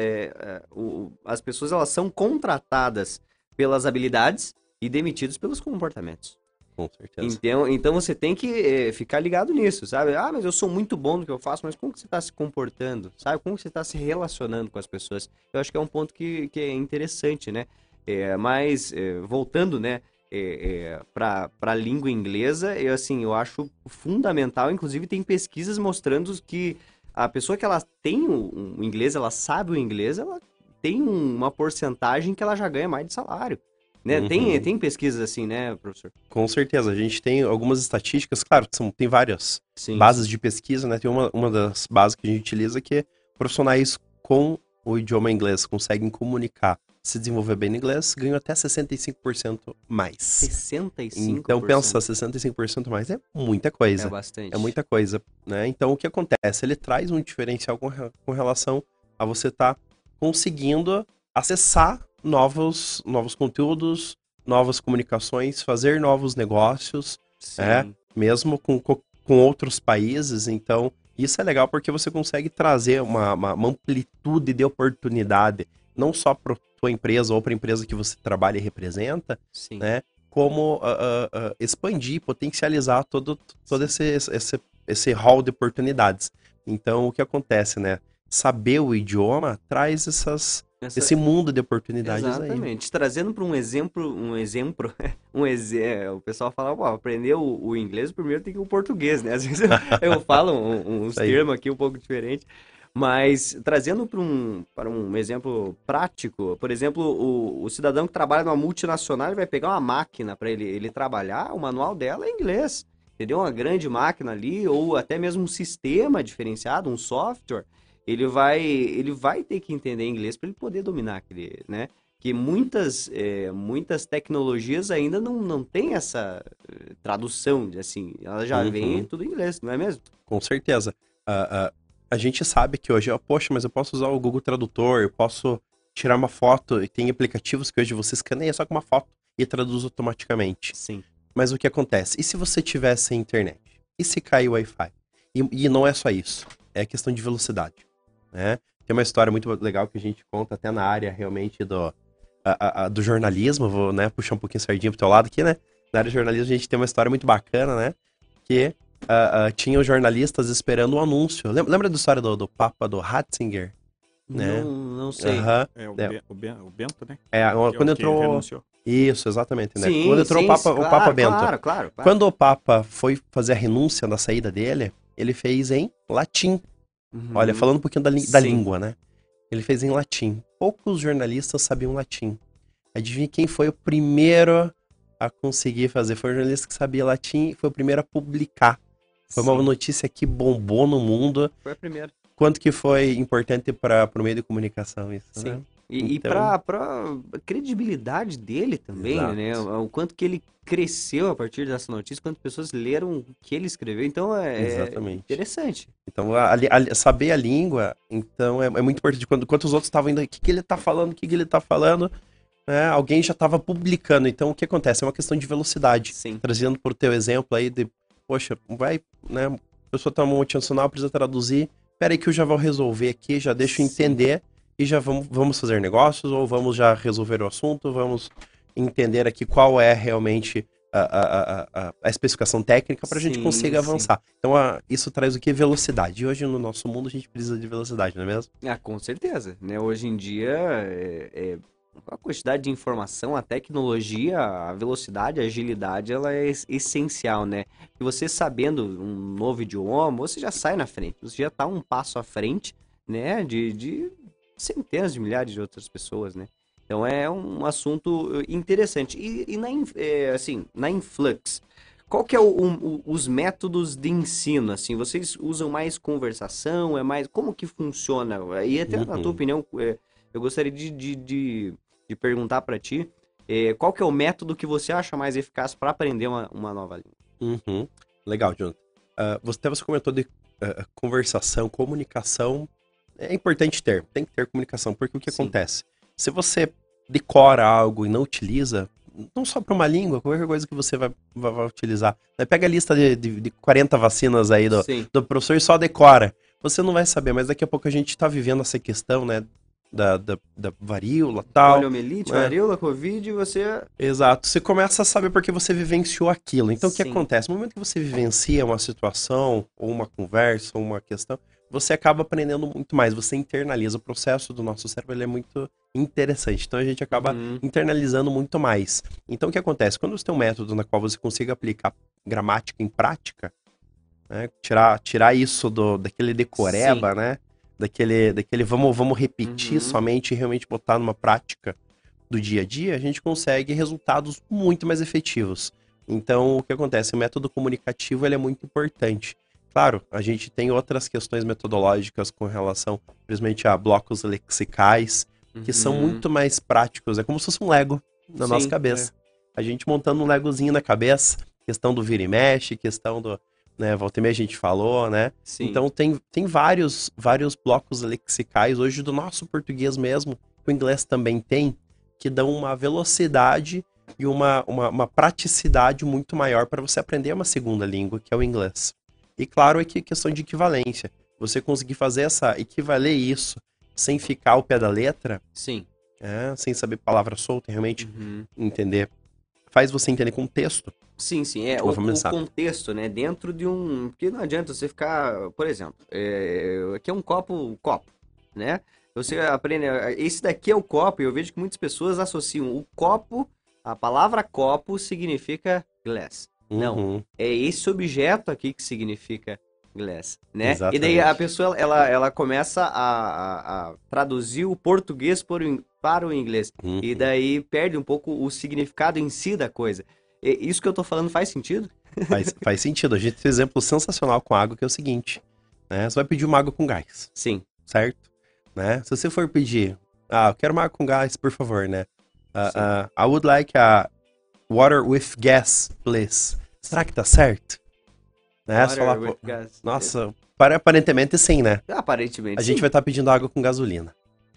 [SPEAKER 1] as pessoas elas são contratadas pelas habilidades e demitidas pelos comportamentos.
[SPEAKER 2] Com certeza.
[SPEAKER 1] Então você tem que ficar ligado nisso, sabe? Ah, mas eu sou muito bom no que eu faço, mas como que você está se comportando, sabe? Como que você está se relacionando com as pessoas? Eu acho que é um ponto que é interessante, né? Mas, voltando, né? Para a língua inglesa, eu acho fundamental, inclusive tem pesquisas mostrando que a pessoa que ela tem o inglês, ela sabe o inglês, ela tem uma porcentagem que ela já ganha mais de salário. Né? Tem pesquisas assim, né, professor?
[SPEAKER 2] Com certeza, a gente tem algumas estatísticas, claro, tem várias bases de pesquisa, né? Tem uma das bases que a gente utiliza que é profissionais com o idioma inglês conseguem comunicar, se desenvolver bem no inglês, ganham até 65% mais.
[SPEAKER 1] 65%?
[SPEAKER 2] Então pensa, 65% mais é muita coisa.
[SPEAKER 1] É bastante.
[SPEAKER 2] É muita coisa, né? Então o que acontece? Ele traz um diferencial com relação a você estar conseguindo acessar novos conteúdos, novas comunicações, fazer novos negócios, mesmo com outros países. Então isso é legal porque você consegue trazer uma amplitude de oportunidade, não só para tua empresa ou para a empresa que você trabalha e representa, né? Como expandir, potencializar todo esse hall de oportunidades. Então, o que acontece, né? Saber o idioma traz esse mundo de oportunidades.
[SPEAKER 1] Exatamente. Trazendo para um exemplo, o pessoal fala, pô, aprender o inglês, primeiro tem que o português, né? Às vezes eu falo uns termos aqui um pouco diferentes. Mas, trazendo para um exemplo prático, por exemplo, o cidadão que trabalha numa multinacional, ele vai pegar uma máquina para ele trabalhar, o manual dela é em inglês, entendeu? Uma grande máquina ali, ou até mesmo um sistema diferenciado, um software, ele vai ter que entender inglês para ele poder dominar aquele, né? Que muitas tecnologias ainda não tem essa tradução, assim, ela já vem tudo em inglês, não é mesmo?
[SPEAKER 2] Com certeza. A gente sabe que hoje, poxa, mas eu posso usar o Google Tradutor, eu posso tirar uma foto, e tem aplicativos que hoje você escaneia só com uma foto e traduz automaticamente.
[SPEAKER 1] Sim.
[SPEAKER 2] Mas o que acontece? E se você tivesse internet? E se cair o Wi-Fi? E não é só isso, é questão de velocidade, né? Tem uma história muito legal que a gente conta até na área realmente do jornalismo, vou, né, puxar um pouquinho sardinha pro teu lado aqui, né? Na área de jornalismo a gente tem uma história muito bacana, né? Que tinha os jornalistas esperando um anúncio. Lembra da história do Papa, do Ratzinger? Né?
[SPEAKER 1] Não sei.
[SPEAKER 3] O Bento, né?
[SPEAKER 2] Quando entrou... Isso, exatamente, né? Quando entrou o Papa Bento.
[SPEAKER 1] Claro.
[SPEAKER 2] Quando o Papa foi fazer a renúncia na saída dele, ele fez em latim. Olha, falando um pouquinho da língua, né? Ele fez em latim. Poucos jornalistas sabiam latim. Adivinha quem foi o primeiro a conseguir fazer. Foi um jornalista que sabia latim e foi o primeiro a publicar. Foi uma notícia que bombou no mundo.
[SPEAKER 1] Foi a primeira.
[SPEAKER 2] Quanto que foi importante para o meio de comunicação isso,
[SPEAKER 1] Sim.
[SPEAKER 2] né?
[SPEAKER 1] E
[SPEAKER 2] Então...
[SPEAKER 1] para credibilidade dele também,
[SPEAKER 2] Exato.
[SPEAKER 1] né? O quanto que ele cresceu a partir dessa notícia, quantas pessoas leram o que ele escreveu. Então
[SPEAKER 2] Exatamente.
[SPEAKER 1] Interessante.
[SPEAKER 2] Então, saber a língua, então, é muito importante. Quando os outros estavam indo, o que ele tá falando, o que ele tá falando, né? Alguém já estava publicando. Então, o que acontece? É uma questão de velocidade.
[SPEAKER 1] Sim.
[SPEAKER 2] Trazendo pro teu exemplo aí de, poxa, vai, né? A pessoa tá multinacional, precisa traduzir. Pera aí que eu já vou resolver aqui, já deixo eu entender e já vamos fazer negócios ou vamos já resolver o assunto, vamos entender aqui qual é realmente a especificação técnica para a gente conseguir avançar. Então, isso traz o que? Velocidade. E hoje no nosso mundo a gente precisa de velocidade, não é mesmo?
[SPEAKER 1] Com certeza. Né? Hoje em dia, a quantidade de informação, a tecnologia, a velocidade, a agilidade, ela é essencial, né? E você sabendo um novo idioma, você já sai na frente. Você já está um passo à frente, né? De centenas de milhares de outras pessoas, né? Então é um assunto interessante. E na Influx, qual que é os métodos de ensino? Assim, vocês usam mais conversação? Como que funciona? E até na tua opinião, eu gostaria de perguntar para ti, qual que é o método que você acha mais eficaz para aprender uma nova língua?
[SPEAKER 2] Legal, Jonathan. Você comentou de conversação, comunicação. É importante tem que ter comunicação, porque o que acontece? Se você decora algo e não utiliza, não só para uma língua, qualquer coisa que você vai utilizar. Pega a lista de 40 vacinas aí do professor e só decora. Você não vai saber, mas daqui a pouco a gente está vivendo essa questão, né? Da varíola e tal.
[SPEAKER 1] Poliomielite, varíola, Covid, você...
[SPEAKER 2] Exato. Você começa a saber porque você vivenciou aquilo. Então, o que acontece? No momento que você vivencia uma situação, ou uma conversa, ou uma questão, você acaba aprendendo muito mais. Você internaliza. O processo do nosso cérebro ele é muito interessante. Então, a gente acaba internalizando muito mais. Então, o que acontece? Quando você tem um método na qual você consiga aplicar gramática em prática, né? Tirar isso daquele decoreba, né? Daquele vamos repetir somente e realmente botar numa prática do dia a dia, a gente consegue resultados muito mais efetivos. Então, o que acontece? O método comunicativo ele é muito importante. Claro, a gente tem outras questões metodológicas com relação, principalmente a blocos lexicais, que são muito mais práticos. É como se fosse um Lego na nossa cabeça. A gente montando um Legozinho na cabeça, questão do vira e mexe, questão do... né, volta e meia a gente falou, né?
[SPEAKER 1] Sim.
[SPEAKER 2] Então tem vários blocos lexicais hoje do nosso português mesmo, o inglês também tem, que dão uma velocidade e uma praticidade muito maior para você aprender uma segunda língua, que é o inglês. E claro, é que questão de equivalência. Você conseguir fazer equivaler isso sem ficar ao pé da letra,
[SPEAKER 1] sim,
[SPEAKER 2] sem saber palavra solta, realmente entender, faz você entender contexto.
[SPEAKER 1] Sim, o contexto, né, dentro de um... Porque não adianta você ficar, por exemplo, aqui é um copo, né? Você aprende, esse daqui é o copo, e eu vejo que muitas pessoas associam o copo, a palavra copo significa glass. Não, é esse objeto aqui que significa glass, né?
[SPEAKER 2] Exatamente.
[SPEAKER 1] E daí a pessoa, ela começa a traduzir o português para o inglês, e daí perde um pouco o significado em si da coisa. Isso que eu tô falando faz sentido?
[SPEAKER 2] Faz sentido. A gente tem um exemplo sensacional com água, que é o seguinte, né? Você vai pedir uma água com gás.
[SPEAKER 1] Sim.
[SPEAKER 2] Certo? Né? Se você for pedir, eu quero uma água com gás, por favor, né? I would like a water with gas, please. Será que tá certo? Né?
[SPEAKER 1] Water with gas.
[SPEAKER 2] Nossa, aparentemente sim, né?
[SPEAKER 1] Aparentemente
[SPEAKER 2] a gente vai estar pedindo água com gasolina.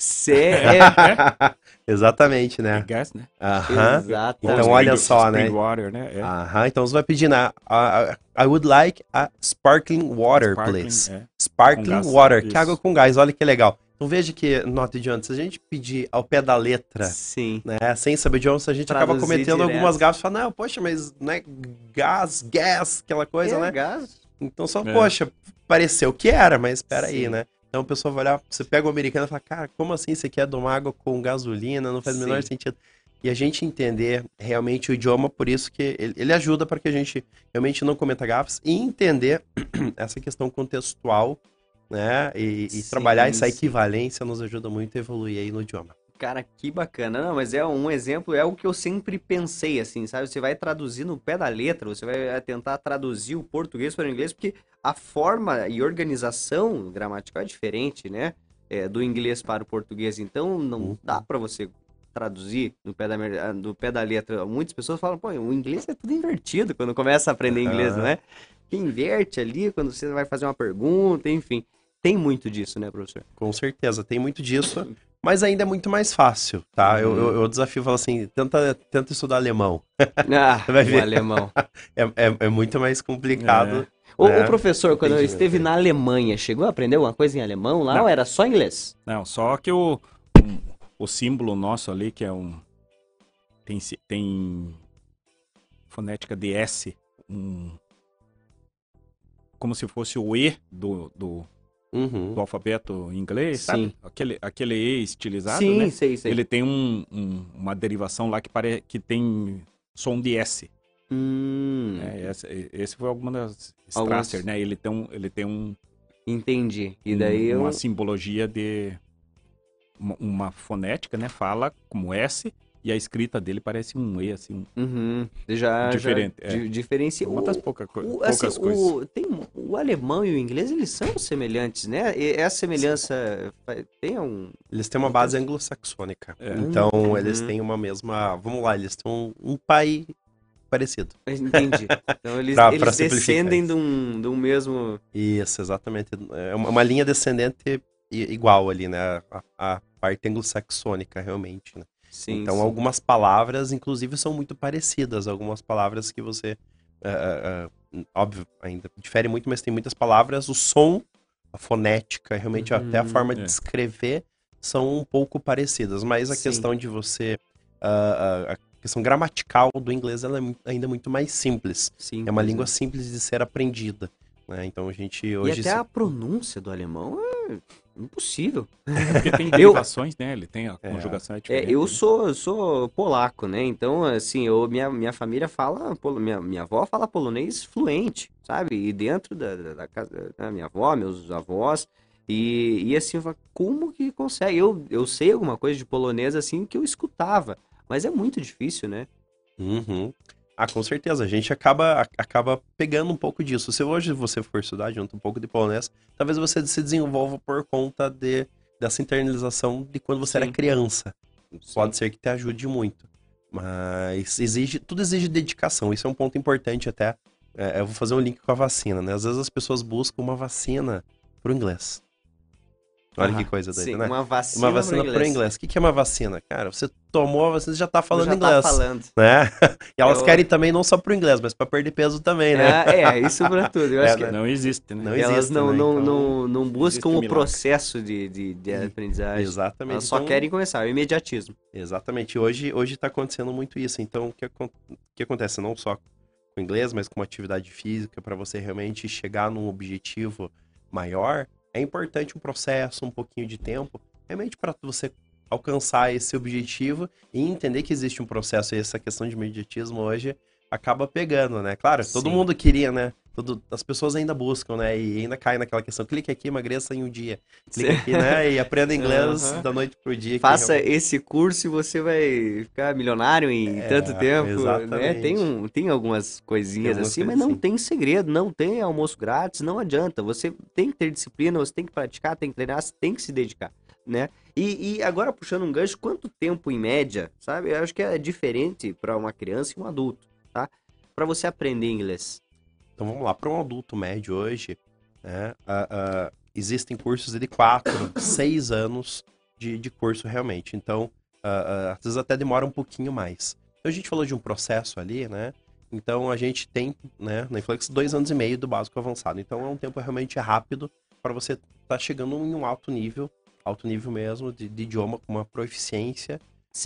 [SPEAKER 2] Exatamente, né?
[SPEAKER 3] Gás, né?
[SPEAKER 1] Exatamente.
[SPEAKER 2] Então, olha só, né?
[SPEAKER 3] Water, né?
[SPEAKER 2] Então, você vai pedir, né? I would like a sparkling water, please. Sparkling water, que é água com gás, olha que legal. Então, veja que, nota de onde, se a gente pedir ao pé da letra, né? Sem saber de onde, a gente acaba cometendo algumas gafas. Fala, não, poxa, mas, né? Gas, aquela coisa, né?
[SPEAKER 1] Gás.
[SPEAKER 2] Então, poxa, pareceu que era, mas espera aí, né? Então a pessoa vai olhar, você pega o americano e fala, cara, como assim você quer tomar água com gasolina? Não faz o menor sentido. E a gente entender realmente o idioma, por isso que ele ajuda para que a gente realmente não cometa gafes e entender essa questão contextual, né? E trabalhar essa equivalência nos ajuda muito a evoluir aí no idioma.
[SPEAKER 1] Cara, que bacana. Não, mas é um exemplo, é o que eu sempre pensei, assim, sabe? Você vai traduzir no pé da letra, você vai tentar traduzir o português para o inglês, porque a forma e organização gramatical é diferente, né? Do inglês para o português. Então, não dá para você traduzir no pé da letra. Muitas pessoas falam, pô, o inglês é tudo invertido quando começa a aprender inglês, não é? Que inverte ali quando você vai fazer uma pergunta, enfim. Tem muito disso, né, professor?
[SPEAKER 2] Com certeza, tem muito disso, mas ainda é muito mais fácil, tá? Eu desafio, falo assim, tenta estudar alemão.
[SPEAKER 1] Vai ver. O alemão.
[SPEAKER 2] É muito mais complicado.
[SPEAKER 1] O professor, quando esteve na Alemanha, chegou a aprender alguma coisa em alemão lá ou era só inglês?
[SPEAKER 3] Não, só que o símbolo nosso ali, que é tem fonética de S, como se fosse o E do alfabeto inglês, sabe? Aquele E estilizado, né?
[SPEAKER 1] Sei.
[SPEAKER 3] Ele tem uma derivação lá que tem som de S. Esse foi alguma das Strasser, né? Ele tem
[SPEAKER 1] Entendi. E daí
[SPEAKER 3] uma simbologia de uma fonética, né? Fala como S e a escrita dele parece um E, assim. Diferente.
[SPEAKER 1] Diferencia.
[SPEAKER 3] Uma das poucas coisas.
[SPEAKER 1] O alemão e o inglês, eles são semelhantes, né? E essa semelhança tem
[SPEAKER 2] Eles têm uma base anglo-saxônica. Então, eles têm uma mesma... Vamos lá, eles têm um pai parecido.
[SPEAKER 1] Entendi. Então, eles descendem de um mesmo...
[SPEAKER 2] Isso, exatamente. É uma linha descendente igual ali, né? A parte anglo-saxônica, realmente, né?
[SPEAKER 1] Sim,
[SPEAKER 2] então, algumas palavras, inclusive, são muito parecidas. Algumas palavras que você... óbvio, ainda difere muito, mas tem muitas palavras. O som, a fonética, realmente até a forma de escrever são um pouco parecidas. Mas a questão de você... a questão gramatical do inglês ela é ainda muito mais simples. É uma língua simples de ser aprendida. Né? Então, a gente hoje...
[SPEAKER 1] E até a pronúncia do alemão é impossível.
[SPEAKER 3] Porque tem derivações, né? Ele tem a conjugação diferente.
[SPEAKER 1] Eu sou polaco, né? Então, assim, minha família fala... Minha avó fala polonês fluente, sabe? E dentro da casa da minha avó, meus avós... E assim, eu falo, como que consegue? Eu sei alguma coisa de polonês, assim, que eu escutava. Mas é muito difícil, né?
[SPEAKER 2] Com certeza. A gente acaba pegando um pouco disso. Se hoje você for estudar junto um pouco de polonês, talvez você se desenvolva por conta dessa internalização de quando você era criança. Pode ser que te ajude muito. Mas tudo exige dedicação. Isso é um ponto importante até. Eu vou fazer um link com a vacina, né? Às vezes as pessoas buscam uma vacina pro inglês. Olha que coisa doida, né?
[SPEAKER 1] Uma vacina
[SPEAKER 2] pro inglês. O que é uma vacina? Cara, você tomou a vacina, você já tá falando inglês.
[SPEAKER 1] Tá falando.
[SPEAKER 2] Né? E elas querem também não só pro inglês, mas pra perder peso também, né?
[SPEAKER 1] Isso pra tudo. Eu acho que
[SPEAKER 3] não existe, né?
[SPEAKER 1] Elas não buscam o processo de aprendizagem.
[SPEAKER 2] Exatamente.
[SPEAKER 1] Elas só querem começar, o imediatismo.
[SPEAKER 2] Exatamente. Hoje tá acontecendo muito isso. Então, o que acontece não só com o inglês, mas com uma atividade física, para você realmente chegar num objetivo maior, é importante um processo, um pouquinho de tempo, realmente para você alcançar esse objetivo e entender que existe um processo. E essa questão de imediatismo hoje acaba pegando, né? Claro, todo mundo queria, né? As pessoas ainda buscam, né? E ainda caem naquela questão, clique aqui, emagreça em um dia. Clique aqui, né? E aprenda inglês da noite pro dia.
[SPEAKER 1] Faça esse curso e você vai ficar milionário em tanto tempo.
[SPEAKER 2] Exatamente.
[SPEAKER 1] Né? Tem algumas coisinhas assim, mas não tem segredo, não tem almoço grátis, não adianta. Você tem que ter disciplina, você tem que praticar, tem que treinar, você tem que se dedicar, né? E agora, puxando um gancho, quanto tempo em média, sabe? Eu acho que é diferente para uma criança e um adulto, tá? Para você aprender inglês.
[SPEAKER 2] Então vamos lá, para um adulto médio hoje, né, existem cursos de 4, 6 anos de curso realmente. Então, às vezes até demora um pouquinho mais. Então a gente falou de um processo ali, né? Então a gente tem, né, na Influx 2 anos e meio do básico avançado. Então é um tempo realmente rápido para você estar chegando em um alto nível mesmo de idioma, com uma proficiência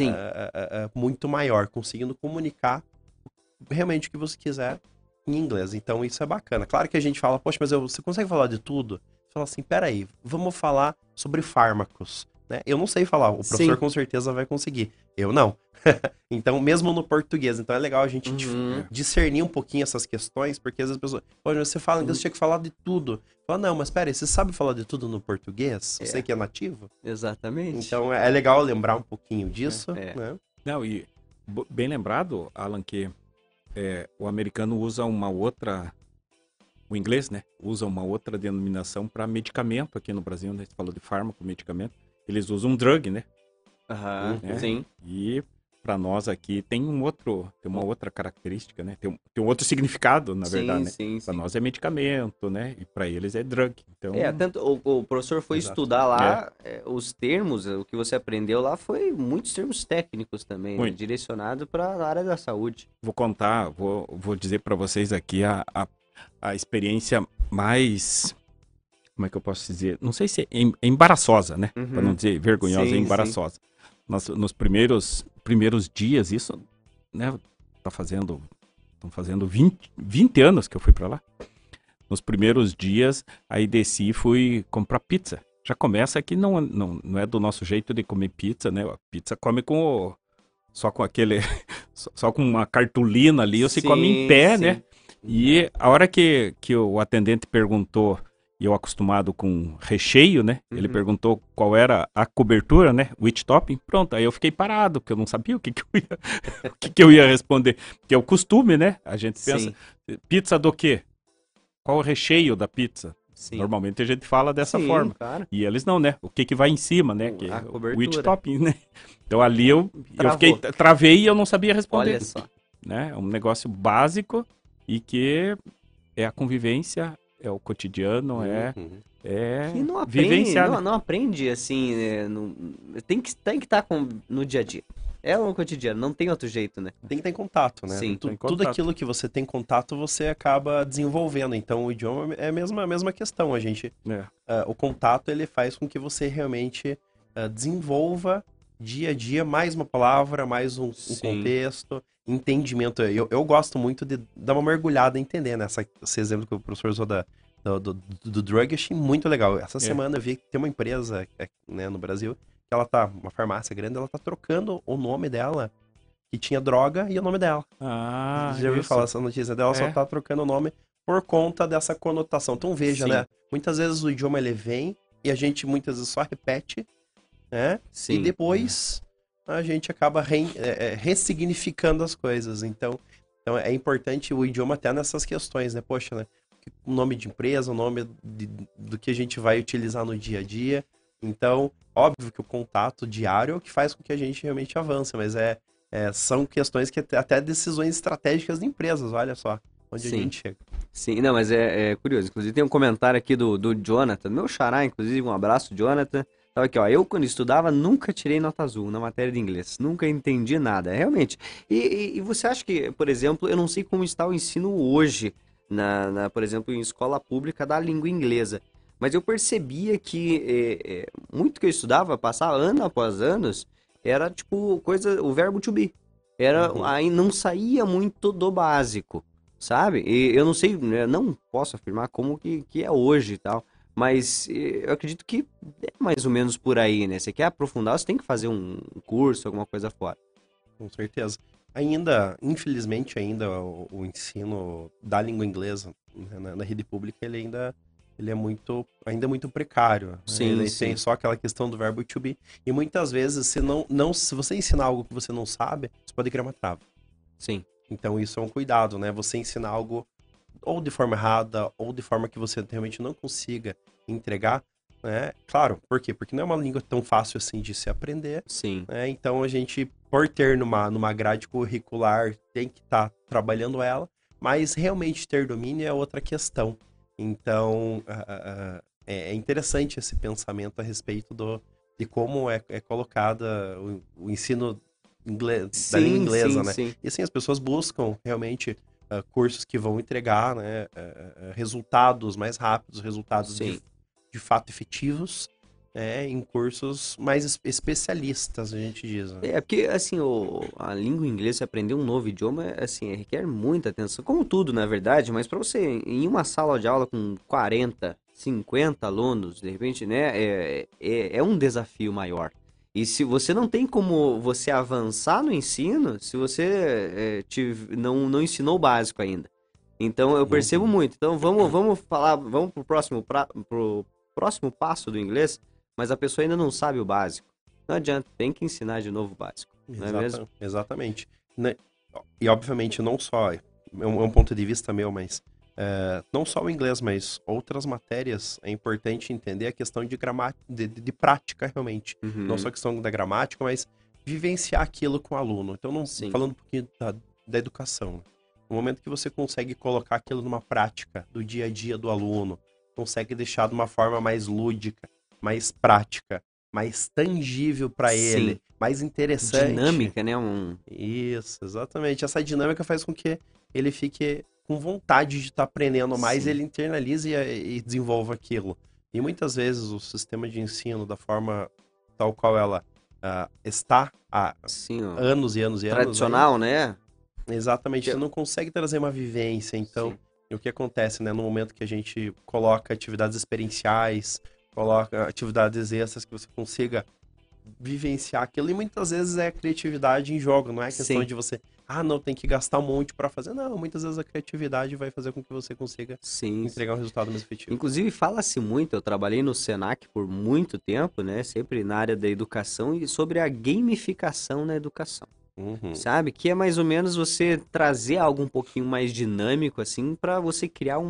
[SPEAKER 2] muito maior, conseguindo comunicar realmente o que você quiser em inglês. Então isso é bacana. Claro que a gente fala, poxa, mas você consegue falar de tudo? Você fala assim, peraí, vamos falar sobre fármacos. né? Eu não sei falar, o professor com certeza vai conseguir. Eu não. Então, mesmo no português. Então, é legal a gente discernir um pouquinho essas questões, porque às vezes as pessoas... Pô, você fala inglês, você tinha que falar de tudo. Fala, não, mas pera aí, você sabe falar de tudo no português? Você que é nativo?
[SPEAKER 1] Exatamente.
[SPEAKER 2] Então, é legal lembrar um pouquinho disso, né?
[SPEAKER 3] Não, e bem lembrado, Alan, que o americano usa uma outra... O inglês, né? Usa uma outra denominação para medicamento aqui no Brasil, né? Você falou de fármaco, medicamento. Eles usam drug, né?
[SPEAKER 1] Sim.
[SPEAKER 3] E para nós aqui tem uma outra característica, né? Tem um outro significado, na verdade, né?
[SPEAKER 1] Sim.
[SPEAKER 3] Para nós é medicamento, né? E para eles é drug. Então...
[SPEAKER 1] tanto o professor foi estudar lá, os termos, o que você aprendeu lá foi muitos termos técnicos também, né? Direcionado para a área da saúde.
[SPEAKER 3] Vou contar, vou dizer para vocês aqui a experiência mais... Como é que eu posso dizer? Não sei se é embaraçosa, né? Para não dizer vergonhosa, é embaraçosa. Nos primeiros dias, isso, né? Estão fazendo 20 anos que eu fui para lá. Nos primeiros dias, aí desci e fui comprar pizza. Já começa que não é do nosso jeito de comer pizza, né? A pizza come só com aquele... só com uma cartolina ali, você come em pé, né? E a hora que o atendente perguntou... E eu acostumado com recheio, né? Ele perguntou qual era a cobertura, né? Which topping. Pronto, aí eu fiquei parado, porque eu não sabia o que eu ia responder. Porque é o costume, né? A gente pensa, pizza do quê? Qual o recheio da pizza? Normalmente a gente fala dessa forma.
[SPEAKER 1] Claro.
[SPEAKER 3] E eles não, né? O que vai em cima, né? Que
[SPEAKER 1] a cobertura.
[SPEAKER 3] Which topping, né? Então ali eu travei e eu não sabia responder.
[SPEAKER 1] Olha só.
[SPEAKER 3] Né? É um negócio básico e que é a convivência... É o cotidiano,
[SPEAKER 1] que não aprende,
[SPEAKER 3] vivenciar.
[SPEAKER 1] não aprende assim, tem que estar no dia a dia. É o cotidiano, não tem outro jeito, né?
[SPEAKER 2] Tem que estar em contato, né?
[SPEAKER 1] Sim.
[SPEAKER 2] Tudo aquilo que você tem contato, você acaba desenvolvendo. Então, o idioma é a mesma questão. A gente, o contato, ele faz com que você realmente desenvolva dia a dia mais uma palavra, mais um contexto, entendimento. Eu gosto muito de dar uma mergulhada e entender, né? Esse exemplo que o professor usou do drug, eu achei muito legal. Essa semana eu vi que tem uma empresa, né, no Brasil, que uma farmácia grande, ela tá trocando o nome dela, que tinha droga, e o nome dela. Você já ouviu falar essa notícia dela? Só tá trocando o nome por conta dessa conotação. Então veja, né? Muitas vezes o idioma, ele vem, e a gente muitas vezes só repete, né? E depois... a gente acaba ressignificando as coisas. Então é importante o idioma até nessas questões, né? Poxa, né? O nome de empresa, o nome do que a gente vai utilizar no dia a dia. Então, óbvio que o contato diário é o que faz com que a gente realmente avance, mas são questões que até decisões estratégicas de empresas, olha só, onde a gente chega.
[SPEAKER 1] Sim, não, mas é curioso. Inclusive tem um comentário aqui do Jonathan, meu xará, inclusive, um abraço, Jonathan. Tava aqui, ó, eu quando estudava nunca tirei nota azul na matéria de inglês, nunca entendi nada, realmente. E você acha que, por exemplo, eu não sei como está o ensino hoje, por exemplo, em escola pública da língua inglesa, mas eu percebia que muito que eu estudava, passar ano após anos, era tipo o verbo to be, aí não saía muito do básico, sabe? E eu não sei, não posso afirmar como que é hoje e tal. Mas eu acredito que é mais ou menos por aí, né? Você quer aprofundar, você tem que fazer um curso, alguma coisa fora.
[SPEAKER 2] Com certeza. Infelizmente, o ensino da língua inglesa, né, na rede pública, ele é muito precário.
[SPEAKER 1] Sim,
[SPEAKER 2] ele tem só aquela questão do verbo to be. E muitas vezes, se você ensinar algo que você não sabe, você pode criar uma trava.
[SPEAKER 1] Sim.
[SPEAKER 2] Então isso é um cuidado, né? Você ensinar algo ou de forma errada, ou de forma que você realmente não consiga entregar, né? Claro, por quê? Porque não é uma língua tão fácil assim de se aprender.
[SPEAKER 1] Sim.
[SPEAKER 2] Né? Então a gente, por ter numa grade curricular, tem que estar trabalhando ela, mas realmente ter domínio é outra questão. Então é interessante esse pensamento a respeito de como é colocada o ensino da língua inglesa, né?
[SPEAKER 1] Sim.
[SPEAKER 2] E assim, as pessoas buscam realmente cursos que vão entregar, né, resultados mais rápidos, resultados de fato efetivos, em cursos mais especialistas, a gente diz. Né?
[SPEAKER 1] Porque, assim, a língua inglesa, aprender um novo idioma, assim, requer muita atenção, como tudo, na verdade, mas para você, em uma sala de aula com 40, 50 alunos, de repente, né, é um desafio maior. E se você não tem como você avançar no ensino, se você não ensinou o básico ainda. Então eu percebo muito. Então vamos falar, vamos pro próximo passo do inglês, mas a pessoa ainda não sabe o básico. Não adianta, tem que ensinar de novo o básico, não é mesmo?
[SPEAKER 2] Exatamente. E obviamente não só, é um ponto de vista meu, mas não só o inglês, mas outras matérias, é importante entender a questão de de prática realmente.
[SPEAKER 1] Uhum.
[SPEAKER 2] Não só a questão da gramática, mas vivenciar aquilo com o aluno. Então, falando um pouquinho da educação. No momento que você consegue colocar aquilo numa prática do dia a dia do aluno, consegue deixar de uma forma mais lúdica, mais prática, mais tangível para ele, mais interessante.
[SPEAKER 1] Dinâmica, né?
[SPEAKER 2] Isso, exatamente. Essa dinâmica faz com que ele fique com vontade de estar aprendendo mais, ele internalize e desenvolva aquilo. E muitas vezes o sistema de ensino, da forma tal qual ela está há anos e anos e anos...
[SPEAKER 1] Tradicional, né?
[SPEAKER 2] Exatamente, você não consegue trazer uma vivência. Então, o que acontece, né? No momento que a gente coloca atividades experienciais, coloca atividades extras que você consiga vivenciar aquilo, e muitas vezes é criatividade em jogo, não é questão de você, não, tem que gastar um monte para fazer. Não, muitas vezes a criatividade vai fazer com que você consiga entregar um resultado mais efetivo.
[SPEAKER 1] Inclusive, fala-se muito, eu trabalhei no Senac por muito tempo, né, sempre na área da educação, e sobre a gamificação na educação. Sabe? Que é mais ou menos você trazer algo um pouquinho mais dinâmico, assim, para você criar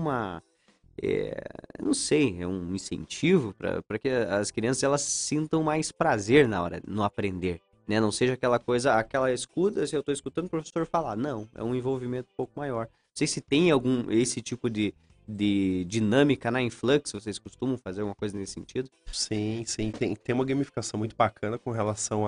[SPEAKER 1] não sei, é um incentivo para que as crianças elas sintam mais prazer na hora no aprender, né? Não seja aquela coisa, aquela escuta, se eu estou escutando o professor falar, não, é um envolvimento um pouco maior. Não sei se tem esse tipo de dinâmica na Influx, vocês costumam fazer alguma coisa nesse sentido?
[SPEAKER 2] Sim, tem uma gamificação muito bacana com relação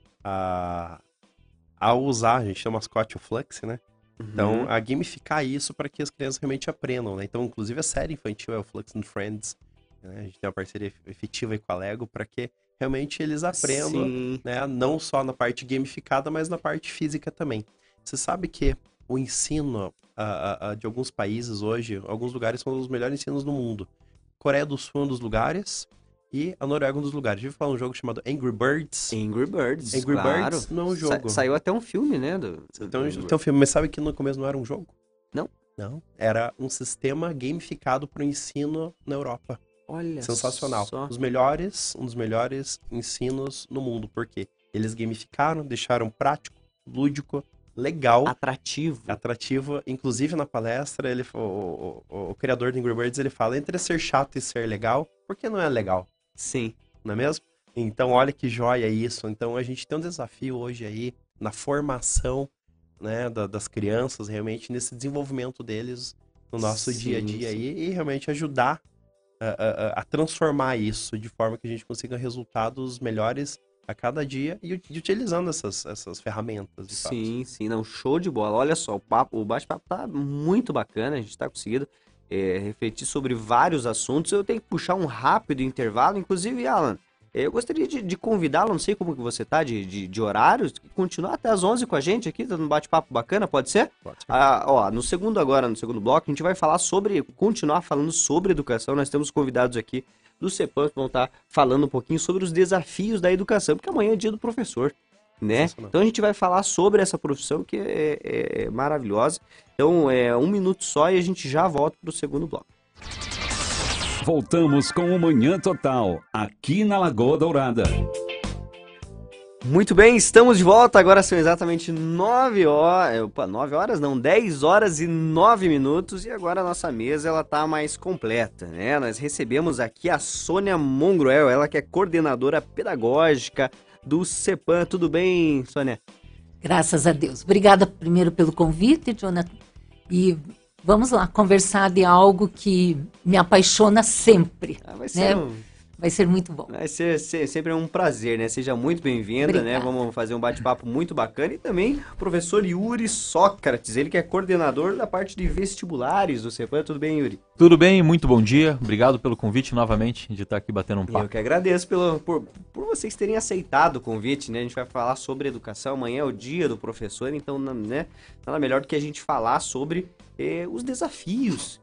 [SPEAKER 2] a usar, a gente chama mascote o Flux, né? Então, a gamificar isso para que as crianças realmente aprendam, né? Então, inclusive, a série infantil é o Flux and Friends, né? A gente tem uma parceria efetiva aí com a Lego para que realmente eles aprendam, né? Não só na parte gamificada, mas na parte física também. Você sabe que o ensino de alguns países hoje, alguns lugares são os melhores ensinos do mundo. Coreia do Sul é um dos lugares e a Noruega é um dos lugares. A gente vai falar um jogo chamado Angry Birds.
[SPEAKER 1] Angry Birds,
[SPEAKER 2] Birds não é um jogo.
[SPEAKER 1] Saiu até um filme, né?
[SPEAKER 2] Tem um filme, mas sabe que no começo não era um jogo?
[SPEAKER 1] Não.
[SPEAKER 2] Não, era um sistema gamificado para o ensino na Europa.
[SPEAKER 1] Olha,
[SPEAKER 2] sensacional.
[SPEAKER 1] Só.
[SPEAKER 2] Um dos melhores ensinos no mundo, porque eles gamificaram, deixaram prático, lúdico, legal. Atrativo. Inclusive na palestra, o criador do Angry Birds, ele fala, entre ser chato e ser legal, por que não é legal?
[SPEAKER 1] Sim.
[SPEAKER 2] Não é mesmo? Então, olha que joia isso. Então, a gente tem um desafio hoje aí na formação, né, das crianças, realmente, nesse desenvolvimento deles no nosso dia a dia aí, e realmente ajudar a transformar isso de forma que a gente consiga resultados melhores a cada dia e utilizando essas ferramentas.
[SPEAKER 1] Sim, não, show de bola. Olha só, o bate-papo tá muito bacana, a gente tá conseguindo refletir sobre vários assuntos. Eu tenho que puxar um rápido intervalo, inclusive, Alan, eu gostaria de convidá-lo, não sei como que você tá de horários, continuar até as 11 com a gente aqui, dando um bate-papo bacana, pode ser?
[SPEAKER 2] Pode ser.
[SPEAKER 1] No segundo bloco, a gente vai falar continuar falando sobre educação. Nós temos convidados aqui do CEPAM que vão estar falando um pouquinho sobre os desafios da educação, porque amanhã é dia do professor, né? Então a gente vai falar sobre essa profissão que é maravilhosa. Então é 1 minuto só e a gente já volta para o segundo bloco.
[SPEAKER 4] Voltamos com o Manhã Total, aqui na Lagoa Dourada.
[SPEAKER 1] Muito bem, estamos de volta. Agora são exatamente 9 horas. Opa, 9 horas não, 10 horas e 9 minutos. E agora a nossa mesa ela tá mais completa, né? Nós recebemos aqui a Sônia Mongroel, ela que é coordenadora pedagógica do CEPAM. Tudo bem, Sônia?
[SPEAKER 5] Graças a Deus. Obrigada primeiro pelo convite, Jonathan. E vamos lá conversar de algo que me apaixona sempre. Vai ser muito bom.
[SPEAKER 1] Vai ser sempre um prazer, né? Seja muito bem-vinda, né? Vamos fazer um bate-papo muito bacana. E também o professor Yuri Sócrates, ele que é coordenador da parte de vestibulares do CEPAM. Tudo bem, Yuri?
[SPEAKER 6] Tudo bem, muito bom dia. Obrigado pelo convite novamente de estar aqui batendo um papo.
[SPEAKER 1] Eu que agradeço por vocês terem aceitado o convite, né? A gente vai falar sobre educação. Amanhã é o dia do professor, então, né? Nada melhor do que a gente falar sobre os desafios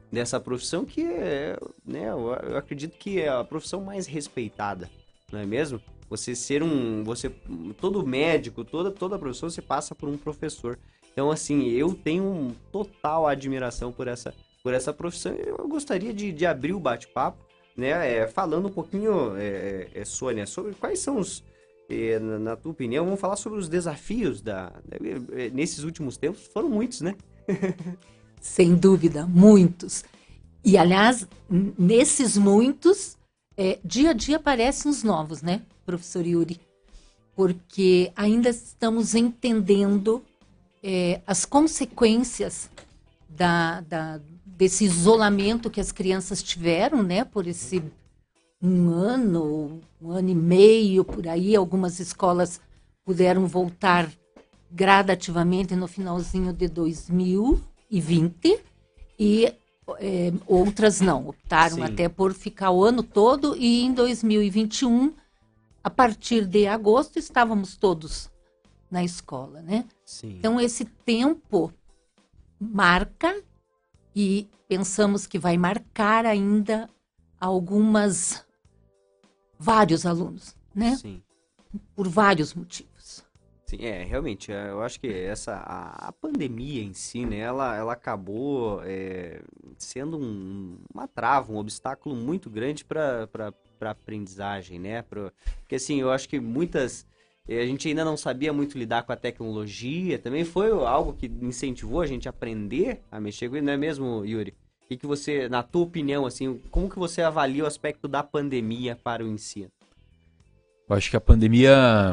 [SPEAKER 1] dessa profissão que é, né, eu acredito que é a profissão mais respeitada, não é mesmo? Você ser todo médico, toda profissão, você passa por um professor. Então, assim, eu tenho total admiração por essa profissão. Eu gostaria de abrir o bate-papo, né, falando um pouquinho, Sônia, sobre quais são os, na tua opinião, vamos falar sobre os desafios nesses últimos tempos, foram muitos, né?
[SPEAKER 5] Sem dúvida, muitos. E, aliás, nesses muitos, dia a dia aparecem os novos, né, professor Yuri? Porque ainda estamos entendendo as consequências desse isolamento que as crianças tiveram, né, por esse um ano e meio, por aí. Algumas escolas puderam voltar gradativamente no finalzinho de 2020 e outras não, optaram
[SPEAKER 1] Sim.
[SPEAKER 5] até por ficar o ano todo, e em 2021, a partir de agosto, estávamos todos na escola, né?
[SPEAKER 1] Sim.
[SPEAKER 5] Então, esse tempo marca, e pensamos que vai marcar ainda vários alunos, né?
[SPEAKER 1] Sim.
[SPEAKER 5] Por vários motivos.
[SPEAKER 1] Sim, realmente, eu acho que a pandemia em si, né, ela acabou sendo uma trava, um obstáculo muito grande para a aprendizagem, né? Porque assim, eu acho que a gente ainda não sabia muito lidar com a tecnologia, também foi algo que incentivou a gente a aprender a mexer com isso, não é mesmo, Yuri? O que você, na tua opinião, assim, como que você avalia o aspecto da pandemia para o ensino?
[SPEAKER 6] Eu acho que a pandemia,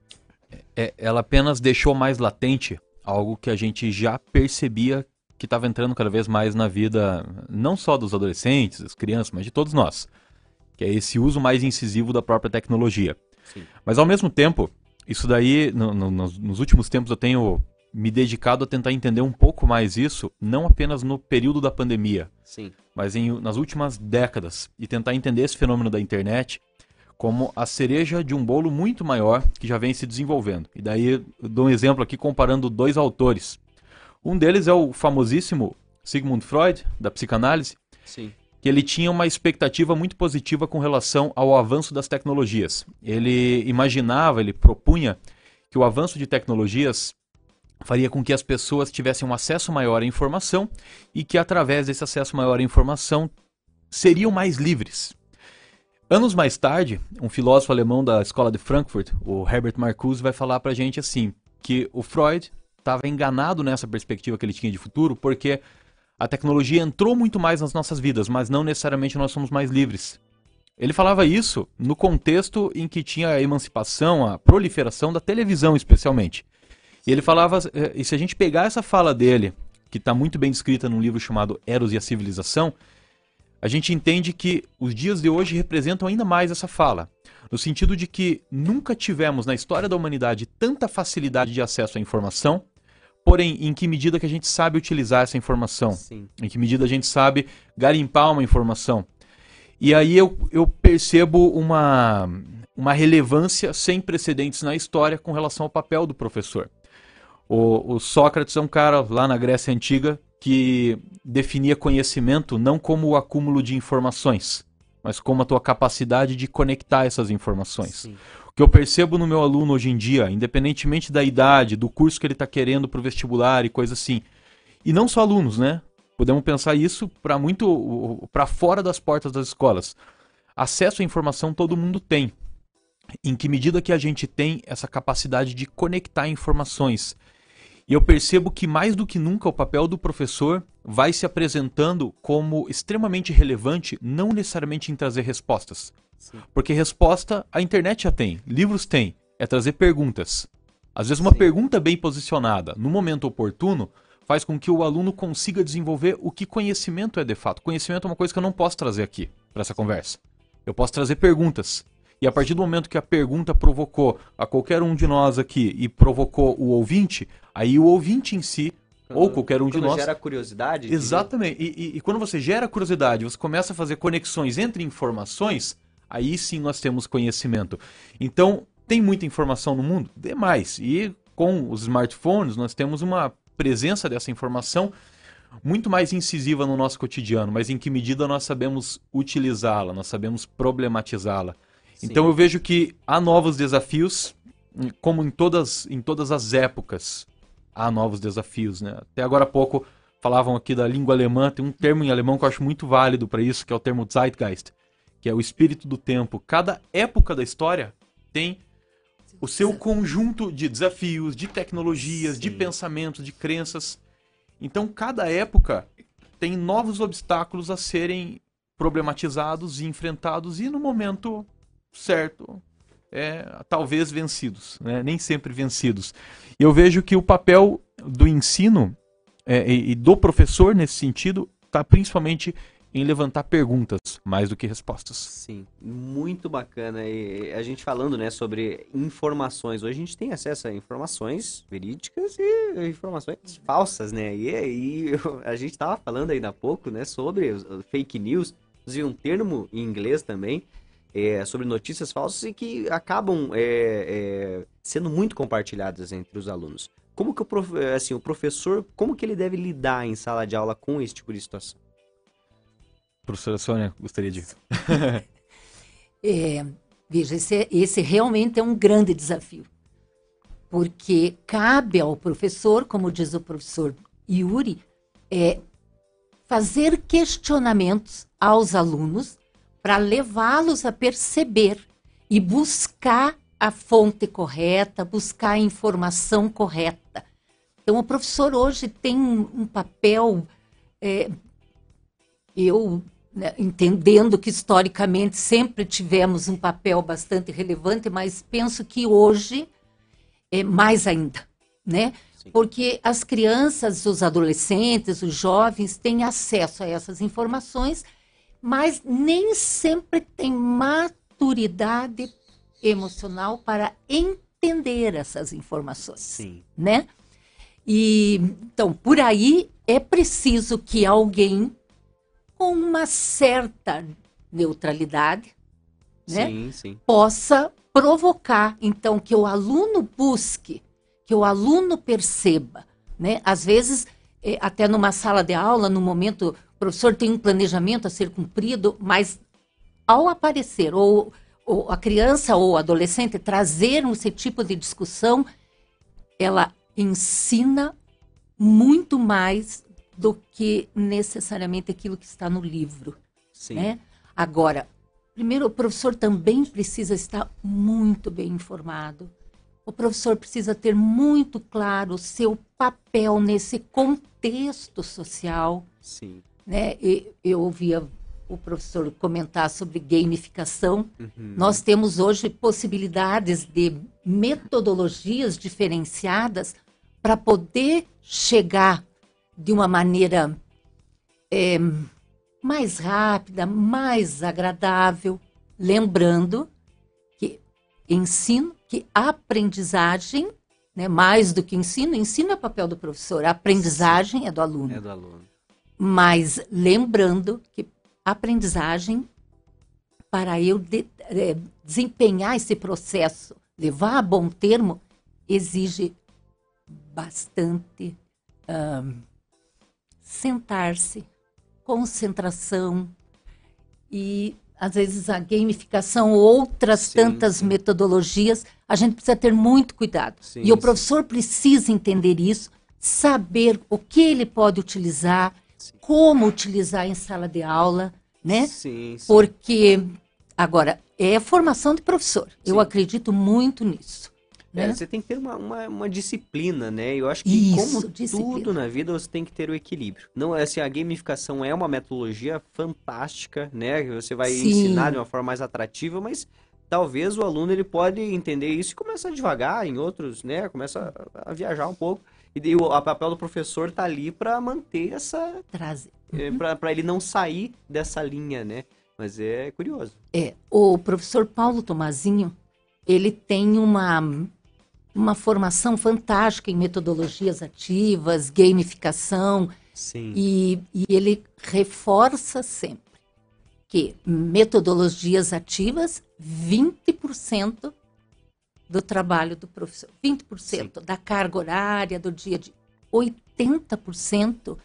[SPEAKER 6] ela apenas deixou mais latente algo que a gente já percebia que estava entrando cada vez mais na vida, não só dos adolescentes, das crianças, mas de todos nós, que é esse uso mais incisivo da própria tecnologia.
[SPEAKER 1] Sim.
[SPEAKER 6] Mas ao mesmo tempo, isso daí, nos últimos tempos eu tenho me dedicado a tentar entender um pouco mais isso, não apenas no período da pandemia,
[SPEAKER 1] Sim.
[SPEAKER 6] mas nas últimas décadas, e tentar entender esse fenômeno da internet como a cereja de um bolo muito maior que já vem se desenvolvendo. E daí eu dou um exemplo aqui comparando dois autores. Um deles é o famosíssimo Sigmund Freud, da psicanálise,
[SPEAKER 1] Sim.
[SPEAKER 6] que ele tinha uma expectativa muito positiva com relação ao avanço das tecnologias. Ele propunha que o avanço de tecnologias faria com que as pessoas tivessem um acesso maior à informação e que, através desse acesso maior à informação, seriam mais livres. Anos mais tarde, um filósofo alemão da escola de Frankfurt, o Herbert Marcuse, vai falar pra gente assim, que o Freud estava enganado nessa perspectiva que ele tinha de futuro, porque a tecnologia entrou muito mais nas nossas vidas, mas não necessariamente nós somos mais livres. Ele falava isso no contexto em que tinha a emancipação, a proliferação da televisão especialmente. E ele falava, e se a gente pegar essa fala dele, que está muito bem descrita num livro chamado Eros e a Civilização, a gente entende que os dias de hoje representam ainda mais essa fala, no sentido de que nunca tivemos na história da humanidade tanta facilidade de acesso à informação, porém, em que medida que a gente sabe utilizar essa informação?
[SPEAKER 1] Sim.
[SPEAKER 6] Em que medida a gente sabe garimpar uma informação? E aí eu percebo uma relevância sem precedentes na história com relação ao papel do professor. O Sócrates é um cara lá na Grécia Antiga que definia conhecimento não como o acúmulo de informações, mas como a tua capacidade de conectar essas informações.
[SPEAKER 1] Sim.
[SPEAKER 6] O que eu percebo no meu aluno hoje em dia, independentemente da idade, do curso que ele está querendo para o vestibular e coisa assim, e não só alunos, né? Podemos pensar isso para fora das portas das escolas. Acesso à informação todo mundo tem. Em que medida que a gente tem essa capacidade de conectar informações? E eu percebo que mais do que nunca o papel do professor vai se apresentando como extremamente relevante, não necessariamente em trazer respostas.
[SPEAKER 1] Sim.
[SPEAKER 6] Porque resposta a internet já tem, livros tem, é trazer perguntas. Às vezes uma pergunta bem posicionada, no momento oportuno, faz com que o aluno consiga desenvolver o que conhecimento é de fato. Conhecimento é uma coisa que eu não posso trazer aqui para essa conversa. Eu posso trazer perguntas. E a partir do momento que a pergunta provocou a qualquer um de nós aqui e provocou o ouvinte, aí o ouvinte em si, ou qualquer um de nós...
[SPEAKER 1] gera curiosidade.
[SPEAKER 6] Exatamente. E quando você gera curiosidade, você começa a fazer conexões entre informações, aí sim nós temos conhecimento. Então, tem muita informação no mundo? Demais. E com os smartphones nós temos uma presença dessa informação muito mais incisiva no nosso cotidiano, mas em que medida nós sabemos utilizá-la, nós sabemos problematizá-la. Então eu vejo que há novos desafios, como em todas as épocas há novos desafios, né? Até agora há pouco falavam aqui da língua alemã, tem um termo em alemão que eu acho muito válido para isso, que é o termo Zeitgeist, que é o espírito do tempo. Cada época da história tem o seu conjunto de desafios, de tecnologias, de pensamentos, de crenças. Então cada época tem novos obstáculos a serem problematizados e enfrentados, e no momento certo, talvez vencidos, né? Nem sempre vencidos. E eu vejo que o papel do ensino e do professor nesse sentido está principalmente em levantar perguntas, mais do que respostas.
[SPEAKER 1] Sim, muito bacana. E a gente falando, né, sobre informações. Hoje a gente tem acesso a informações verídicas e informações falsas, né? E a gente estava falando ainda há pouco, né, sobre fake news, inclusive um termo em inglês também, sobre notícias falsas e que acabam sendo muito compartilhadas entre os alunos. Como que o professor, como que ele deve lidar em sala de aula com esse tipo de situação?
[SPEAKER 6] Professora Sônia, gostaria de...
[SPEAKER 5] Veja, esse realmente é um grande desafio, porque cabe ao professor, como diz o professor Yuri, fazer questionamentos aos alunos para levá-los a perceber e buscar a fonte correta, buscar a informação correta. Então, o professor hoje tem um papel, entendendo que historicamente sempre tivemos um papel bastante relevante, mas penso que hoje é mais ainda, né? Sim. Porque as crianças, os adolescentes, os jovens têm acesso a essas informações, mas nem sempre têm maturidade emocional para entender essas informações. Sim. Né? E então, por aí é preciso que alguém com uma certa neutralidade, né, possa provocar, então, que o aluno busque, que o aluno perceba, né? Às vezes, até numa sala de aula, no momento, o professor tem um planejamento a ser cumprido, mas ao aparecer, ou a criança ou o adolescente trazer esse tipo de discussão, ela ensina muito mais do que necessariamente aquilo que está no livro. Sim. Né? Agora, primeiro, o professor também precisa estar muito bem informado. O professor precisa ter muito claro o seu papel nesse contexto social. Sim. Né? Eu ouvia o professor comentar sobre gamificação. Uhum. Nós temos hoje possibilidades de metodologias diferenciadas para poder chegar de uma maneira mais rápida, mais agradável, lembrando que ensino, que aprendizagem, né, mais do que ensino é papel do professor, a aprendizagem é do aluno. É do aluno. Mas lembrando que a aprendizagem, para eu desempenhar esse processo, levar a bom termo, exige bastante sentar-se, concentração e, às vezes, a gamificação, outras tantas metodologias, a gente precisa ter muito cuidado. E o professor precisa entender isso, saber o que ele pode utilizar, como utilizar em sala de aula, né? Porque, agora, é formação de professor. Eu acredito muito nisso. Né?
[SPEAKER 1] Você tem que ter uma disciplina, né? Eu acho que, como tudo na vida, você tem que ter o equilíbrio. Não, assim, a gamificação é uma metodologia fantástica, né? Você vai ensinar de uma forma mais atrativa, mas talvez o aluno ele pode entender isso e começa devagar em outros, né? Começa a viajar um pouco. E o papel do professor tá ali para manter essa... para ele não sair dessa linha, né? Mas é curioso.
[SPEAKER 5] O professor Paulo Tomazinho, ele tem uma formação fantástica em metodologias ativas, gamificação. Sim. E ele reforça sempre que metodologias ativas, 20% do trabalho do professor, 20% da carga horária do dia a dia, 80%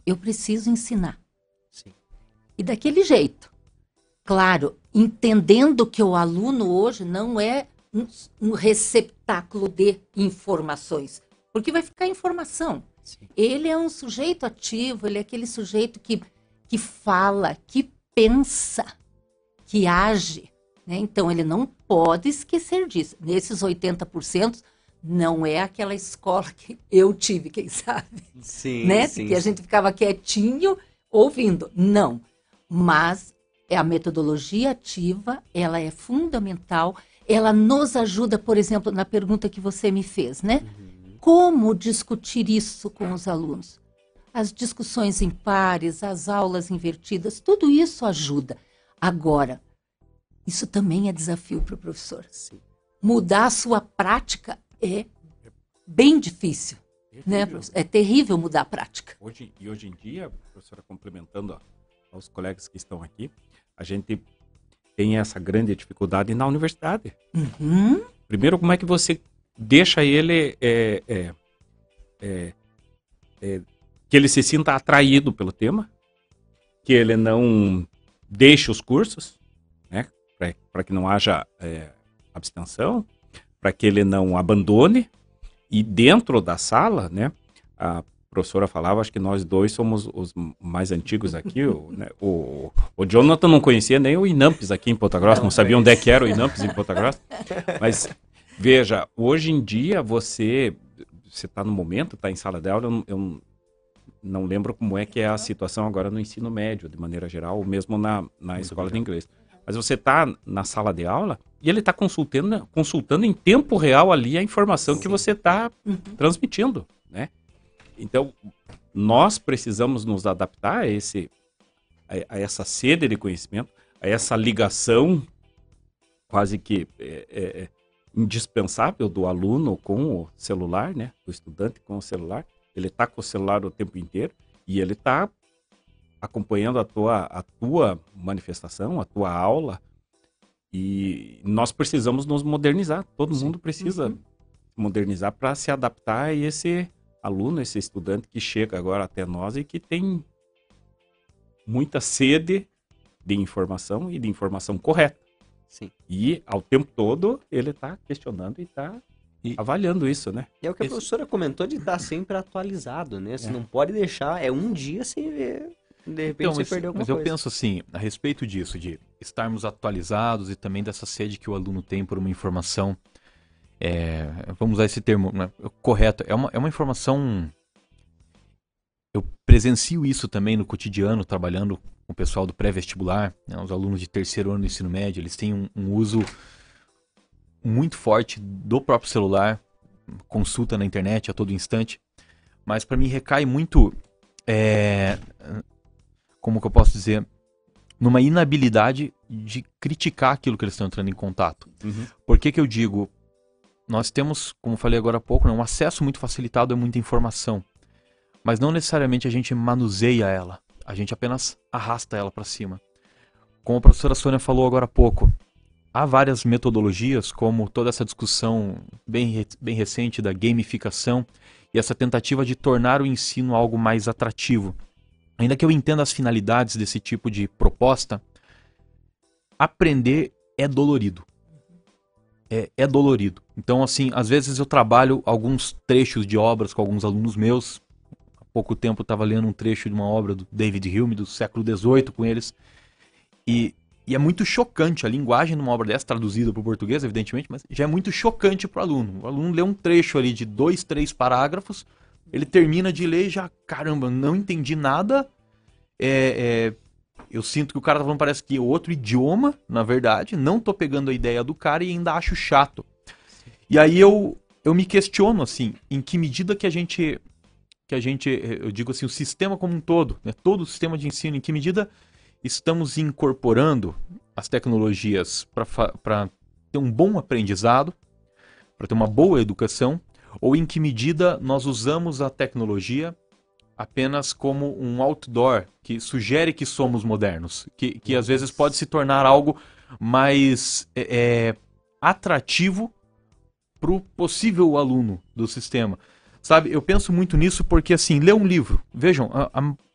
[SPEAKER 5] eu preciso ensinar.
[SPEAKER 1] Sim.
[SPEAKER 5] E daquele jeito. Claro, entendendo que o aluno hoje não é um receptáculo de informações, porque vai ficar informação.
[SPEAKER 1] Sim.
[SPEAKER 5] Ele é um sujeito ativo, ele é aquele sujeito que fala, que pensa, que age, né? Então, ele não pode esquecer disso. Nesses 80%, não é aquela escola que eu tive, quem sabe,
[SPEAKER 1] Sim,
[SPEAKER 5] né?
[SPEAKER 1] sim,
[SPEAKER 5] Que a
[SPEAKER 1] sim.
[SPEAKER 5] gente ficava quietinho ouvindo. Não. Mas a metodologia ativa, ela é fundamental. Ela nos ajuda, por exemplo, na pergunta que você me fez, né? Como discutir isso com os alunos? As discussões em pares, as aulas invertidas, tudo isso ajuda. Agora, isso também é desafio para o professor.
[SPEAKER 1] Sim.
[SPEAKER 5] Mudar a sua prática é bem difícil, né, professor? É terrível mudar a prática.
[SPEAKER 3] Hoje em dia, professora, complementando aos colegas que estão aqui, a gente tem essa grande dificuldade na universidade.
[SPEAKER 5] Uhum.
[SPEAKER 3] Primeiro, como é que você deixa ele que ele se sinta atraído pelo tema, que ele não deixe os cursos, né, para que não haja abstenção, para que ele não abandone, e dentro da sala, né, a professora falava, acho que nós dois somos os mais antigos aqui, o Jonathan não conhecia nem o Inampes aqui em Ponta Grossa, não sabia onde é que era o Inampes em Ponta Grossa, mas veja, hoje em dia você está no momento, está em sala de aula, eu não lembro como é que é a situação agora no ensino médio, de maneira geral, ou mesmo na escola de inglês. Mas você está na sala de aula e ele está consultando em tempo real ali a informação que você está transmitindo, né? Então, nós precisamos nos adaptar a essa sede de conhecimento, a essa ligação quase que indispensável do aluno com o celular, né? Do estudante com o celular. Ele está com o celular o tempo inteiro e ele está acompanhando a tua manifestação, a tua aula. E nós precisamos nos modernizar. Todo mundo precisa modernizar para se adaptar a esse aluno, esse estudante que chega agora até nós e que tem muita sede de informação e de informação correta.
[SPEAKER 1] Sim.
[SPEAKER 3] E ao tempo todo ele está questionando e está avaliando isso, né?
[SPEAKER 1] E é o que a professora comentou de estar sempre atualizado, né? Você não pode deixar, um dia sem ver, de repente você perdeu alguma coisa.
[SPEAKER 6] Mas eu penso assim, a respeito disso, de estarmos atualizados e também dessa sede que o aluno tem por uma informação, vamos usar esse termo, né, correto, é uma informação. Eu presencio isso também no cotidiano, trabalhando com o pessoal do pré-vestibular, né, os alunos de terceiro ano do ensino médio, eles têm um uso muito forte do próprio celular, consulta na internet a todo instante, mas para mim recai muito, como que eu posso dizer, numa inabilidade de criticar aquilo que eles estão entrando em contato. Por que eu digo? Nós temos, como falei agora há pouco, um acesso muito facilitado a muita informação, mas não necessariamente a gente manuseia ela, a gente apenas arrasta ela para cima. Como a professora Sônia falou agora há pouco, há várias metodologias, como toda essa discussão bem recente da gamificação e essa tentativa de tornar o ensino algo mais atrativo. Ainda que eu entenda as finalidades desse tipo de proposta, aprender é dolorido. É dolorido. Então, assim, às vezes eu trabalho alguns trechos de obras com alguns alunos meus. Há pouco tempo eu estava lendo um trecho de uma obra do David Hume, do século XVIII, com eles. E é muito chocante a linguagem de uma obra dessa, traduzida para o português, evidentemente, mas já é muito chocante para o aluno. O aluno lê um trecho ali de 2, 3 parágrafos, ele termina de ler e já, caramba, não entendi nada. Eu sinto que o cara tá falando, parece que é outro idioma, na verdade, não tô pegando a ideia do cara e ainda acho chato. E aí eu me questiono, assim, em que medida que a gente, eu digo assim, o sistema como um todo, né, todo o sistema de ensino, em que medida estamos incorporando as tecnologias para ter um bom aprendizado, para ter uma boa educação, ou em que medida nós usamos a tecnologia apenas como um outdoor que sugere que somos modernos, que às vezes pode se tornar algo mais atrativo para o possível aluno do sistema. Sabe, eu penso muito nisso porque, assim, ler um livro, vejam,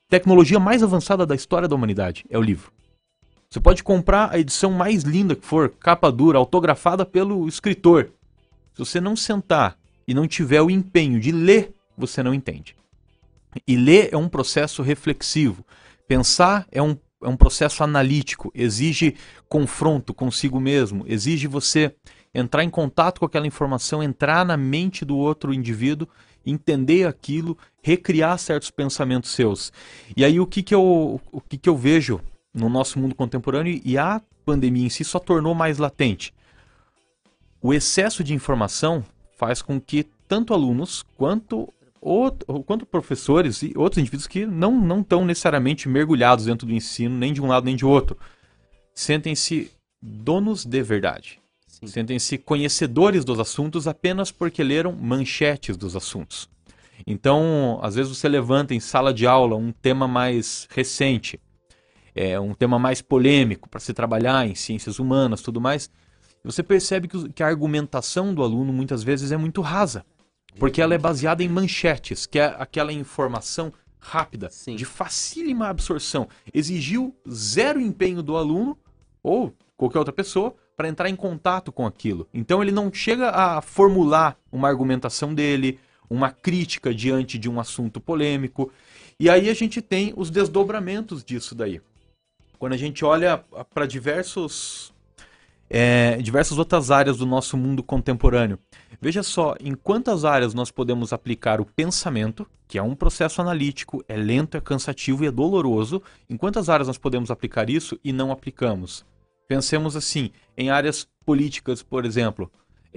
[SPEAKER 6] tecnologia mais avançada da história da humanidade é o livro. Você pode comprar a edição mais linda que for, capa dura, autografada pelo escritor. Se você não sentar e não tiver o empenho de ler, você não entende. E ler é um processo reflexivo. Pensar é um processo analítico, exige confronto consigo mesmo, exige você entrar em contato com aquela informação, entrar na mente do outro indivíduo, entender aquilo, recriar certos pensamentos seus. E aí o que eu vejo no nosso mundo contemporâneo, e a pandemia em si só tornou mais latente. O excesso de informação faz com que tanto alunos quanto professores e outros indivíduos que não estão necessariamente mergulhados dentro do ensino, nem de um lado nem de outro, sentem-se donos de verdade. Sim. Sentem-se conhecedores dos assuntos apenas porque leram manchetes dos assuntos. Então, às vezes você levanta em sala de aula um tema mais recente, um tema mais polêmico para se trabalhar em ciências humanas, tudo mais, e você percebe que a argumentação do aluno muitas vezes é muito rasa, porque ela é baseada em manchetes, que é aquela informação rápida, sim, de facílima absorção. Exigiu zero empenho do aluno ou qualquer outra pessoa para entrar em contato com aquilo. Então ele não chega a formular uma argumentação dele, uma crítica diante de um assunto polêmico. E aí a gente tem os desdobramentos disso daí. Quando a gente olha para diversas outras áreas do nosso mundo contemporâneo. Veja só, em quantas áreas nós podemos aplicar o pensamento, que é um processo analítico, é lento, é cansativo e é doloroso, em quantas áreas nós podemos aplicar isso e não aplicamos? Pensemos assim, em áreas políticas, por exemplo.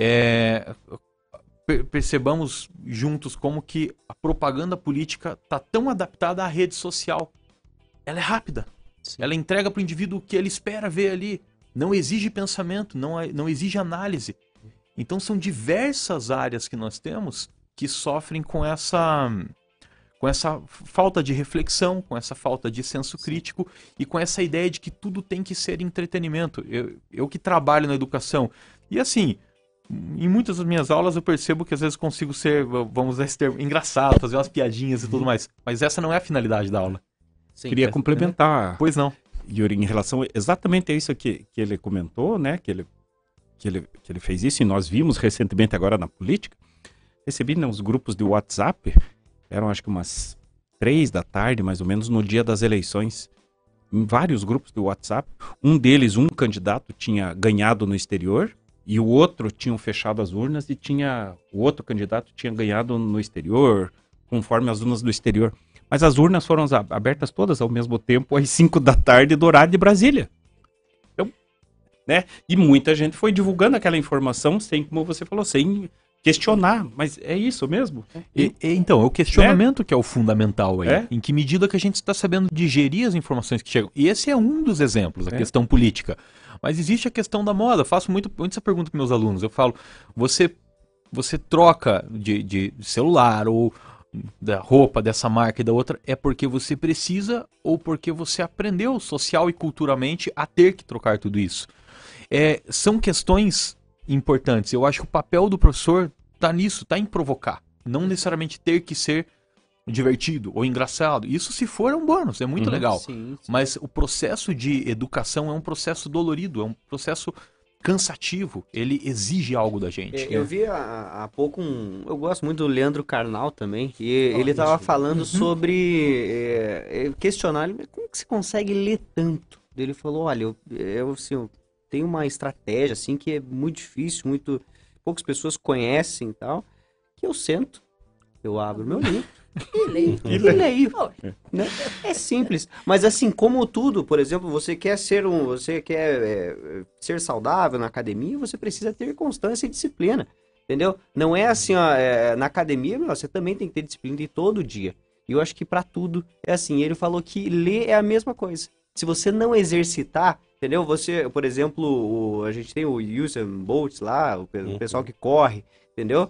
[SPEAKER 6] Percebamos juntos como que a propaganda política está tão adaptada à rede social. Ela é rápida. Sim. Ela entrega para o indivíduo o que ele espera ver ali. Não exige pensamento, não exige análise. Então são diversas áreas que nós temos que sofrem com essa falta de reflexão, com essa falta de senso crítico e com essa ideia de que tudo tem que ser entretenimento. Eu que trabalho na educação, e assim, em muitas das minhas aulas eu percebo que às vezes consigo ser, vamos usar esse termo, engraçado, fazer umas piadinhas e tudo mais, mas essa não é a finalidade da aula.
[SPEAKER 3] Sim, queria complementar.
[SPEAKER 6] Pois não.
[SPEAKER 3] Yuri, em relação exatamente a isso que ele comentou, né, que ele fez isso, e nós vimos recentemente agora na política, recebi nos grupos de WhatsApp, eram acho que umas 3 da tarde, mais ou menos, no dia das eleições, em vários grupos de WhatsApp, um deles, um candidato tinha ganhado no exterior, e o outro tinham fechado as urnas, e o outro candidato tinha ganhado no exterior, conforme as urnas do exterior. Mas as urnas foram abertas todas ao mesmo tempo, às 5 da tarde do horário de Brasília. Então, né? E muita gente foi divulgando aquela informação sem, como você falou, sem questionar. Mas é isso mesmo?
[SPEAKER 6] Então, é o questionamento que é o fundamental aí. Em que medida que a gente está sabendo digerir as informações que chegam. E esse é um dos exemplos, a questão política. Mas existe a questão da moda. Eu faço muito essa pergunta para meus alunos. Eu falo, você troca de celular ou da roupa dessa marca e da outra, é porque você precisa ou porque você aprendeu social e culturalmente a ter que trocar tudo isso. São questões importantes. Eu acho que o papel do professor está nisso, está em provocar. Não necessariamente ter que ser divertido ou engraçado. Isso, se for, é um bônus, é muito legal. Sim. Mas o processo de educação é um processo dolorido, é um processo cansativo, ele exige algo da gente.
[SPEAKER 1] Eu vi há pouco eu gosto muito do Leandro Carnal também, e ele estava falando sobre questionar, como que você consegue ler tanto? Ele falou, olha, eu tenho uma estratégia assim que é muito difícil, poucas pessoas conhecem e tal, que eu sento, eu abro meu livro e leio. Né? É simples. Mas assim, como tudo, por exemplo, você quer ser saudável na academia, você precisa ter constância e disciplina. Entendeu? Não é assim, na academia, você também tem que ter disciplina de todo dia. E eu acho que para tudo é assim. Ele falou que ler é a mesma coisa. Se você não exercitar, entendeu? Você, por exemplo, a gente tem o Usain Bolt lá, o pessoal que corre, entendeu?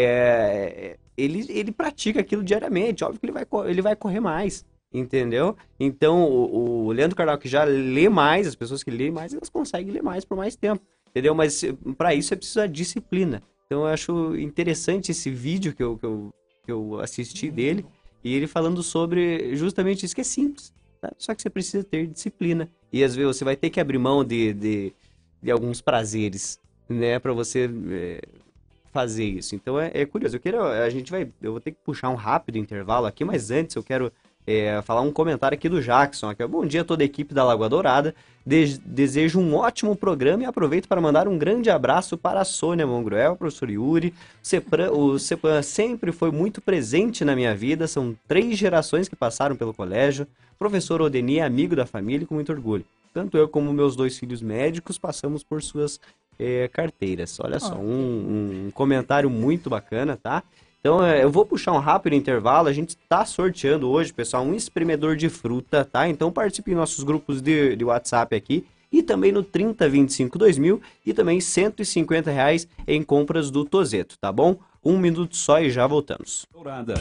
[SPEAKER 1] Ele pratica aquilo diariamente, óbvio que ele vai correr mais, entendeu? Então, o Leandro Carnal, que já lê mais, as pessoas que lêem mais, elas conseguem ler mais por mais tempo, entendeu? Mas para isso é preciso a disciplina. Então, eu acho interessante esse vídeo que eu assisti dele, E ele falando sobre justamente isso que é simples, tá? Só que você precisa ter disciplina. E às vezes você vai ter que abrir mão de alguns prazeres, né, para você fazer isso. Então é curioso. Eu vou ter que puxar um rápido intervalo aqui, mas antes eu quero falar um comentário aqui do Jackson. Aqui, bom dia a toda a equipe da Lagoa Dourada. Desejo um ótimo programa e aproveito para mandar um grande abraço para a Sônia Mongruel, professor Yuri. O CEPAM sempre foi muito presente na minha vida. São 3 gerações que passaram pelo colégio. Professor Odeni é amigo da família e com muito orgulho. Tanto eu como meus 2 filhos médicos passamos por suas carteiras. Olha só, um comentário muito bacana, tá? Então, eu vou puxar um rápido intervalo. A gente está sorteando hoje, pessoal, um espremedor de fruta, tá? Então, participe em nossos grupos de WhatsApp aqui e também no 3025-2000 e também R$150 em compras do Tozeto, tá bom? 1 minuto só e já voltamos.
[SPEAKER 4] Dourada.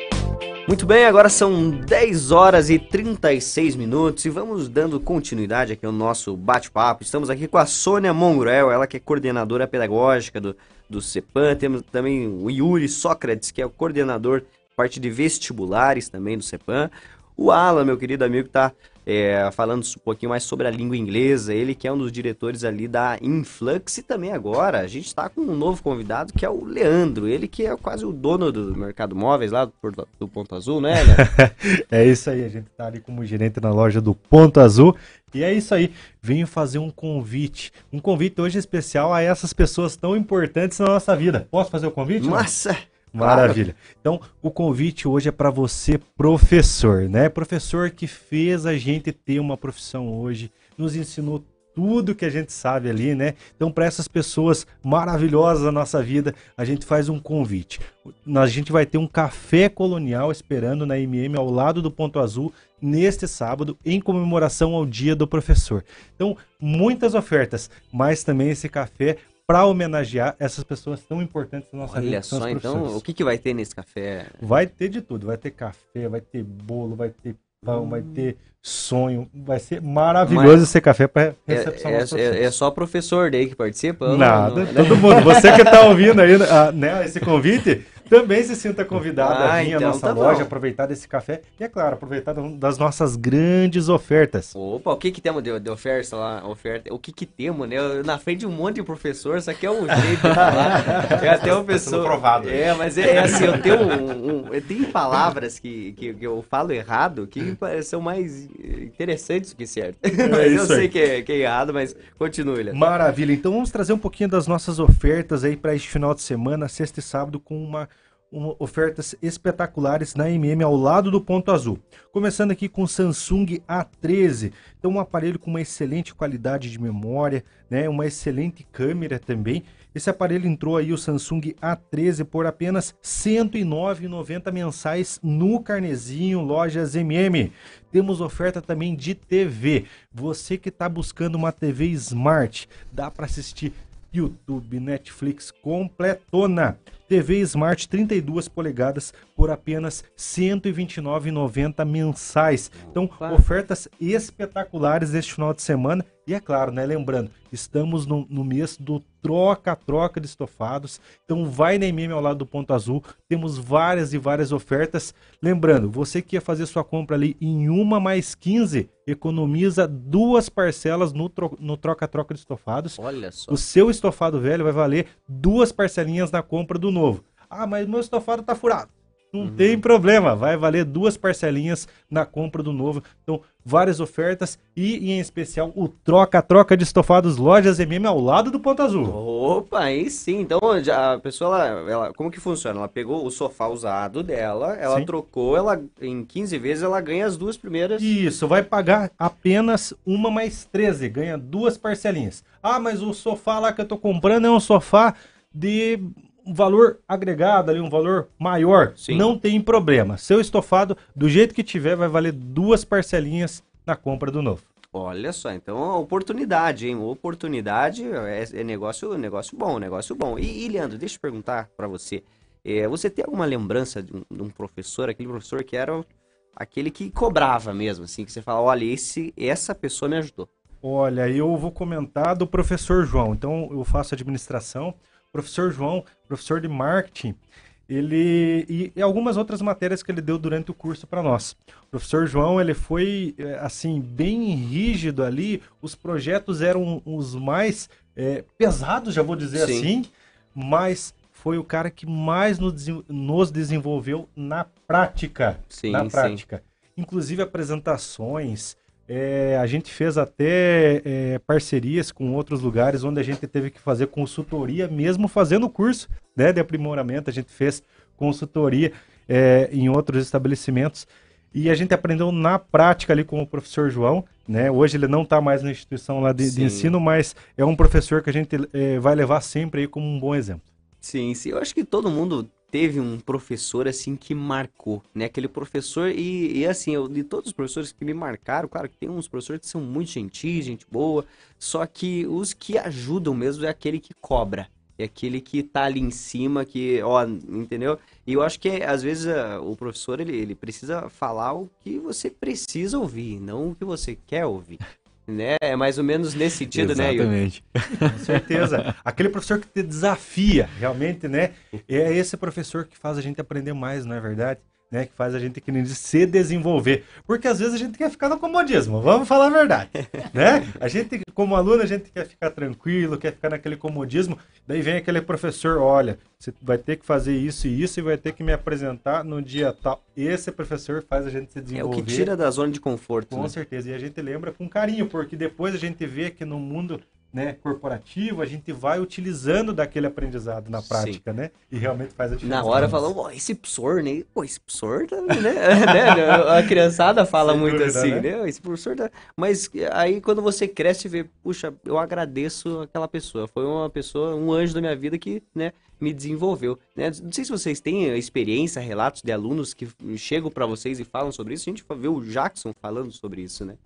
[SPEAKER 1] Muito bem, agora são 10 horas e 36 minutos e vamos dando continuidade aqui ao nosso bate-papo. Estamos aqui com a Sônia Mongruel, ela que é coordenadora pedagógica do CEPAM. Temos também o Yuri Sócrates, que é o coordenador parte de vestibulares também do CEPAM. O Alan, meu querido amigo, está falando um pouquinho mais sobre a língua inglesa. Ele que é um dos diretores ali da Influx. E também agora a gente está com um novo convidado, que é o Leandro. Ele que é quase o dono do mercado móveis lá do Ponto Azul, né, Leandro?
[SPEAKER 7] É isso aí, a gente está ali como gerente na loja do Ponto Azul. E é isso aí, venho fazer um convite hoje especial a essas pessoas tão importantes na nossa vida. Posso fazer o convite?
[SPEAKER 1] Massa!
[SPEAKER 7] Maravilha. Então, o convite hoje é para você, professor, né? Professor que fez a gente ter uma profissão hoje, nos ensinou tudo que a gente sabe ali, né? Então, para essas pessoas maravilhosas da nossa vida, a gente faz um convite. A gente vai ter um café colonial esperando na MM ao lado do Ponto Azul neste sábado, em comemoração ao Dia do Professor. Então, muitas ofertas, mas também esse café para homenagear essas pessoas tão importantes na nossa vida.
[SPEAKER 1] Olha só, então, o que vai ter nesse café?
[SPEAKER 7] Vai ter de tudo, vai ter café, vai ter bolo, vai ter pão, vai ter sonho, vai ser maravilhoso esse café para recepcionar os professores.
[SPEAKER 1] É só professor daí que participa?
[SPEAKER 7] Nada, todo mundo. Você que está ouvindo aí né, esse convite, também se sinta convidado a vir à nossa loja, aproveitar desse café e, é claro, aproveitar das nossas grandes ofertas.
[SPEAKER 1] Opa, o que temos de oferta lá? O que temos, né? Na frente de um monte de professor, isso aqui é um jeito de falar. É até uma pessoa...
[SPEAKER 2] provado.
[SPEAKER 1] Mas é assim, eu tenho palavras que eu falo errado que são mais interessantes do que certo. Mas eu sei que é errado, mas continue, Léo.
[SPEAKER 7] Maravilha, então vamos trazer um pouquinho das nossas ofertas aí para este final de semana, sexta e sábado, com ofertas espetaculares na MM ao lado do Ponto Azul. Começando aqui com o Samsung A13, então um aparelho com uma excelente qualidade de memória, né, uma excelente câmera também. Esse aparelho entrou aí, o Samsung A13, por apenas R$ 109,90 mensais no carnezinho Lojas MM. Temos oferta também de TV. Você que está buscando uma TV Smart, dá para assistir YouTube, Netflix completona. TV Smart 32 polegadas por apenas R$ 129,90 mensais. Então, ofertas espetaculares este final de semana. E é claro, né? Lembrando, estamos no mês do troca-troca de estofados. Então, vai na MM ao lado do Ponto Azul. Temos várias e várias ofertas. Lembrando, você que ia fazer sua compra ali em 1 mais 15, economiza 2 parcelas no troca-troca de estofados.
[SPEAKER 1] Olha só.
[SPEAKER 7] O seu estofado velho vai valer 2 parcelinhas na compra do novo. Ah, mas meu estofado tá furado. Não tem problema, vai valer 2 parcelinhas na compra do novo. Então, várias ofertas e, em especial, o troca-troca de estofados Lojas MM ao lado do Ponto Azul.
[SPEAKER 1] Opa, aí sim. Então, a pessoa, ela como que funciona? Ela pegou o sofá usado dela, ela trocou, em 15 vezes ela ganha as 2 primeiras.
[SPEAKER 7] Isso, vai pagar apenas 1 mais 13, ganha 2 parcelinhas. Ah, mas o sofá lá que eu tô comprando é um sofá de um valor agregado ali, um valor maior. Sim. Não tem problema. Seu estofado, do jeito que tiver, vai valer 2 parcelinhas na compra do novo.
[SPEAKER 1] Olha só, então oportunidade, hein? Oportunidade é negócio bom, negócio bom. E Leandro, deixa eu perguntar para você. Você tem alguma lembrança de um professor, aquele professor que era aquele que cobrava mesmo, assim, que você fala, olha, essa pessoa me ajudou?
[SPEAKER 7] Olha, eu vou comentar do professor João. Então, eu faço administração. Professor João, professor de marketing, e algumas outras matérias que ele deu durante o curso para nós. O professor João, ele foi, assim, bem rígido ali, os projetos eram os mais pesados, já vou dizer assim, mas foi o cara que mais nos desenvolveu na prática.
[SPEAKER 1] Sim,
[SPEAKER 7] na prática. Inclusive apresentações, a gente fez até parcerias com outros lugares onde a gente teve que fazer consultoria, mesmo fazendo o curso, né, de aprimoramento, a gente fez consultoria em outros estabelecimentos e a gente aprendeu na prática ali com o professor João, né? Hoje ele não está mais na instituição lá de ensino, mas é um professor que a gente vai levar sempre aí como um bom exemplo.
[SPEAKER 1] Sim, sim. Eu acho que todo mundo teve um professor, assim, que marcou, né? Aquele professor, e assim, de todos os professores que me marcaram, claro que tem uns professores que são muito gentis, gente boa, só que os que ajudam mesmo é aquele que cobra. É aquele que tá ali em cima, que, ó, entendeu? E eu acho que, às vezes, o professor, ele precisa falar o que você precisa ouvir, não o que você quer ouvir. Né? É mais ou menos nesse sentido, né, Yuri?
[SPEAKER 6] Exatamente.
[SPEAKER 7] Com certeza. Aquele professor que te desafia, realmente, né? É esse professor que faz a gente aprender mais, não é verdade? Né? Que faz a gente se desenvolver. Porque às vezes a gente quer ficar no comodismo, vamos falar a verdade. Né? A gente, como aluno, a gente quer ficar tranquilo, quer ficar naquele comodismo. Daí vem aquele professor, olha, você vai ter que fazer isso e isso e vai ter que me apresentar no dia tal. Esse professor faz a gente se desenvolver.
[SPEAKER 1] É o que tira da zona de conforto.
[SPEAKER 7] Com
[SPEAKER 1] né?
[SPEAKER 7] certeza. E a gente lembra com carinho, porque depois a gente vê que no mundo, né, corporativo, a gente vai utilizando daquele aprendizado na prática, né? E realmente faz a diferença.
[SPEAKER 1] Na hora falou, esse professor, né? Pô, esse professor tá, né? A criançada fala
[SPEAKER 7] Sem
[SPEAKER 1] muito
[SPEAKER 7] dúvida,
[SPEAKER 1] assim,
[SPEAKER 7] né?
[SPEAKER 1] Esse professor tá... Mas aí quando você cresce e vê, puxa, eu agradeço aquela pessoa. Foi uma pessoa, um anjo da minha vida que, né, me desenvolveu. Né? Não sei se vocês têm experiência, relatos de alunos que chegam pra vocês e falam sobre isso. A gente vê o Jackson falando sobre isso, né?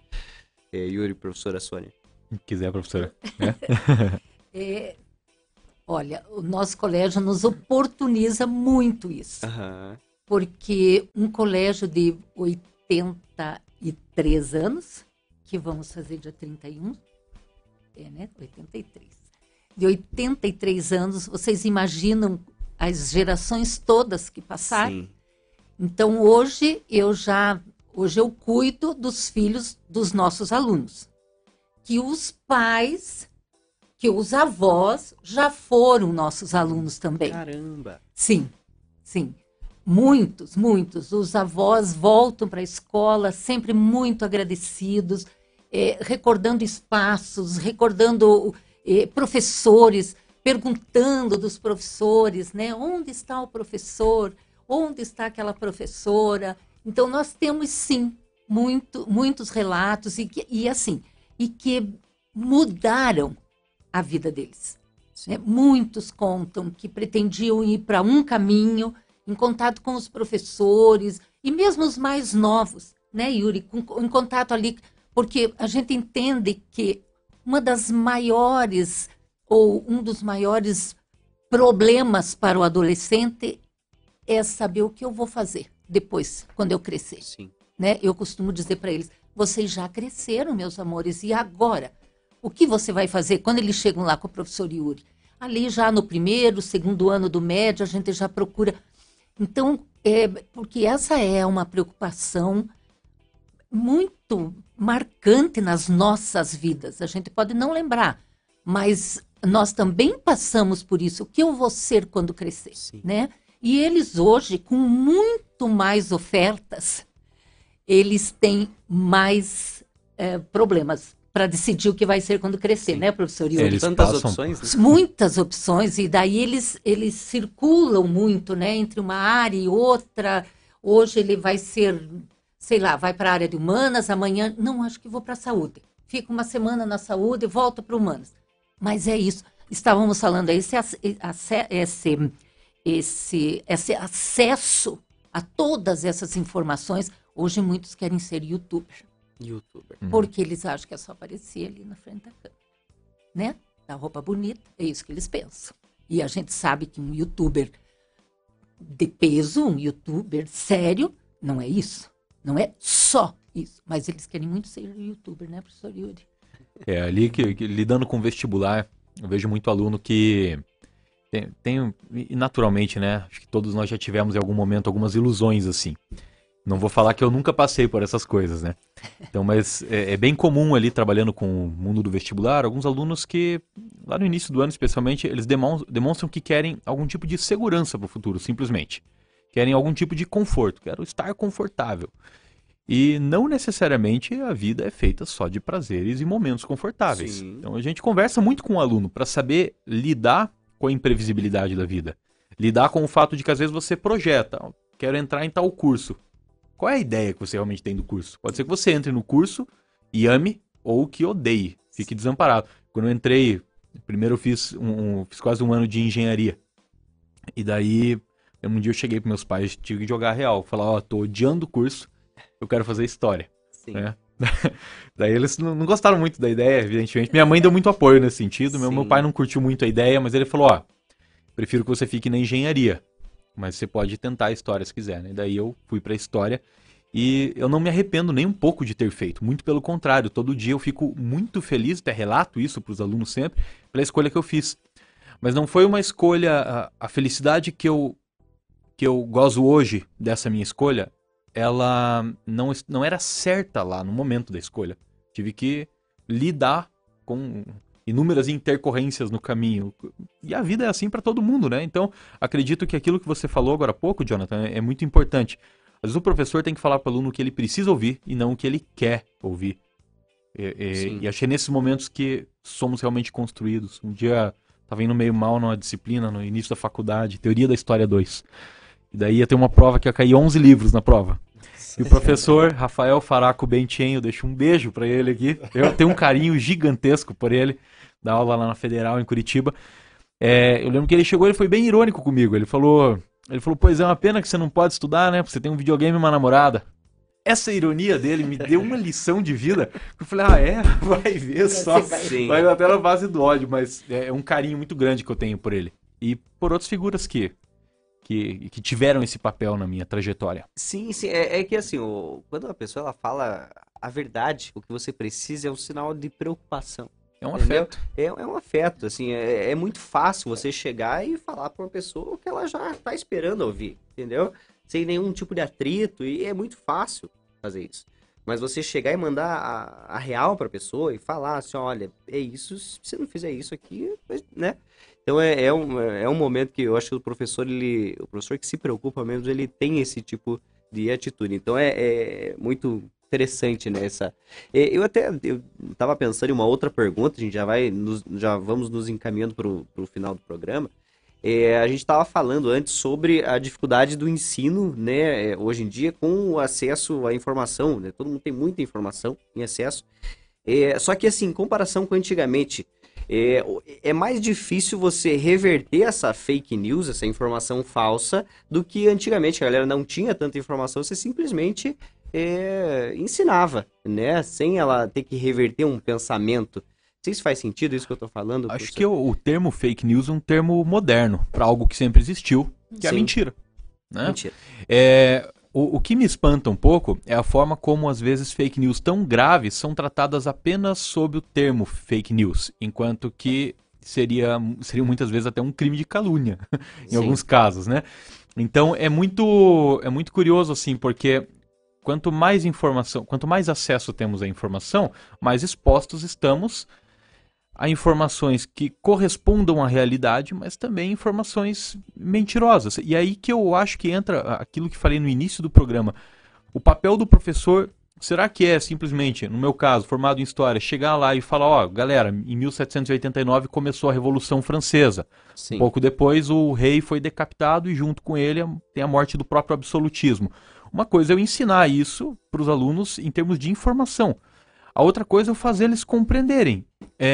[SPEAKER 1] Yuri, professora Sônia.
[SPEAKER 6] Quiser, professora.
[SPEAKER 5] Olha, o nosso colégio nos oportuniza muito isso.
[SPEAKER 1] Aham.
[SPEAKER 5] Porque um colégio de 83 anos, que vamos fazer dia 31, né? 83. De 83 anos, vocês imaginam as gerações todas que passaram?
[SPEAKER 1] Sim.
[SPEAKER 5] Então, hoje eu cuido dos filhos dos nossos alunos. Que os pais, que os avós já foram nossos alunos também.
[SPEAKER 1] Caramba!
[SPEAKER 5] Sim, sim. Muitos, muitos. Os avós voltam para a escola sempre muito agradecidos, recordando espaços, recordando professores, perguntando dos professores, né? Onde está o professor? Onde está aquela professora? Então, nós temos, sim, muitos relatos e que mudaram a vida deles. Né? Muitos contam que pretendiam ir para um caminho, em contato com os professores, e mesmo os mais novos, né, Yuri? Em contato ali, porque a gente entende que uma das maiores, ou um dos maiores problemas para o adolescente é saber o que eu vou fazer depois, quando eu crescer.
[SPEAKER 1] Sim.
[SPEAKER 5] Né? Eu costumo dizer para eles, vocês já cresceram, meus amores, e agora? O que você vai fazer quando eles chegam lá com o professor Yuri? Ali já no primeiro, segundo ano do médio, a gente já procura. Então, porque essa é uma preocupação muito marcante nas nossas vidas. A gente pode não lembrar, mas nós também passamos por isso. O que eu vou ser quando crescer? Né? E eles hoje, com muito mais ofertas, eles têm mais problemas para decidir o que vai ser quando crescer, né, professor Yuri?
[SPEAKER 6] Eles
[SPEAKER 1] Tantas
[SPEAKER 6] passam...
[SPEAKER 1] opções, né?
[SPEAKER 5] Muitas opções, e daí eles circulam muito, né, entre uma área e outra. Hoje ele vai ser, sei lá, vai para a área de humanas, amanhã, não, acho que vou para a saúde. Fica uma semana na saúde e volta para humanas. Mas é isso. Estávamos falando, esse acesso a todas essas informações. Hoje muitos querem ser youtuber. Porque eles acham que é só aparecer ali na frente da câmera. Né? Da roupa bonita, é isso que eles pensam. E a gente sabe que um youtuber de peso, um youtuber sério, não é isso. Não é só isso. Mas eles querem muito ser youtuber, né, professor Yuri?
[SPEAKER 6] Ali que lidando com vestibular, eu vejo muito aluno que E naturalmente, né? Acho que todos nós já tivemos em algum momento algumas ilusões assim. Não vou falar que eu nunca passei por essas coisas, né? Então, mas é bem comum ali, trabalhando com o mundo do vestibular, alguns alunos que, lá no início do ano especialmente, eles demonstram que querem algum tipo de segurança para o futuro, simplesmente. Querem algum tipo de conforto, quero estar confortável. E não necessariamente a vida é feita só de prazeres e momentos confortáveis. Sim. Então a gente conversa muito com o aluno para saber lidar com a imprevisibilidade da vida. Lidar com o fato de que às vezes você projeta, quero entrar em tal curso. Qual é a ideia que você realmente tem do curso? Pode ser que você entre no curso e ame, ou que odeie, fique desamparado. Quando eu entrei, primeiro eu fiz quase um ano de engenharia. E daí, um dia eu cheguei para meus pais, tive que jogar real. Falar, tô odiando o curso, eu quero fazer história. Sim. Né? Daí eles não gostaram muito da ideia, evidentemente. Minha mãe deu muito apoio nesse sentido, meu pai não curtiu muito a ideia, mas ele falou, prefiro que você fique na engenharia. Mas você pode tentar a história se quiser, né? Daí eu fui pra história e eu não me arrependo nem um pouco de ter feito. Muito pelo contrário, todo dia eu fico muito feliz, até relato isso pros alunos sempre, pela escolha que eu fiz. Mas não foi uma escolha, a felicidade que eu gozo hoje dessa minha escolha, ela não era certa lá no momento da escolha. Tive que lidar com inúmeras intercorrências no caminho. E a vida é assim para todo mundo, né? Então, acredito que aquilo que você falou agora há pouco, Jonathan, é muito importante. Às vezes o professor tem que falar para o aluno o que ele precisa ouvir e não o que ele quer ouvir. E achei nesses momentos que somos realmente construídos. Um dia estava indo meio mal numa disciplina, no início da faculdade, Teoria da História 2. E daí ia ter uma prova que ia cair 11 livros na prova. E o professor Rafael Faraco Benchen, eu deixo um beijo para ele aqui. Eu tenho um carinho gigantesco por ele, da aula lá na Federal, em Curitiba. Eu lembro que ele chegou, ele foi bem irônico comigo. Ele falou, pois é uma pena que você não pode estudar, né? Porque você tem um videogame e uma namorada. Essa ironia dele me deu uma lição de vida. Eu falei, vai ver só. Vai até na base do ódio, mas é um carinho muito grande que eu tenho por ele. E por outras figuras que tiveram esse papel na minha trajetória.
[SPEAKER 1] Sim, é que assim, quando a pessoa ela fala a verdade, o que você precisa é um sinal de preocupação.
[SPEAKER 6] É um afeto.
[SPEAKER 1] É um afeto, assim, é muito fácil você chegar e falar para uma pessoa o que ela já está esperando ouvir, entendeu? Sem nenhum tipo de atrito, e é muito fácil fazer isso. Mas você chegar e mandar a real para a pessoa e falar assim, olha, é isso, se você não fizer isso aqui, né? Então é um momento que eu acho que o professor que se preocupa mesmo, ele tem esse tipo de atitude. Então é muito interessante, né? Eu estava pensando em uma outra pergunta, a gente já vamos nos encaminhando para o final do programa. A gente estava falando antes sobre a dificuldade do ensino, né? Hoje em dia, com o acesso à informação, né? Todo mundo tem muita informação em acesso. Só que assim, em comparação com antigamente, é mais difícil você reverter essa fake news, essa informação falsa, do que antigamente. A galera não tinha tanta informação, você simplesmente ensinava, né? Sem ela ter que reverter um pensamento. Não sei se faz sentido isso que eu tô falando.
[SPEAKER 6] Acho que o termo fake news é um termo moderno para algo que sempre existiu, que é a mentira. Né?
[SPEAKER 1] Mentira.
[SPEAKER 6] O que me espanta um pouco é a forma como, às vezes, fake news tão graves são tratadas apenas sob o termo fake news, enquanto que seria muitas vezes até um crime de calúnia, em alguns casos, né? Então, é muito curioso, assim, porque quanto mais informação, quanto mais acesso temos à informação, mais expostos estamos a informações que correspondam à realidade, mas também informações mentirosas. E aí que eu acho que entra aquilo que falei no início do programa. O papel do professor, será que é simplesmente, no meu caso, formado em História, chegar lá e falar, galera, em 1789 começou a Revolução Francesa.
[SPEAKER 1] Sim.
[SPEAKER 6] Um pouco depois o rei foi decapitado e junto com ele tem a morte do próprio absolutismo. Uma coisa é eu ensinar isso para os alunos em termos de informação. A outra coisa é eu fazer eles compreenderem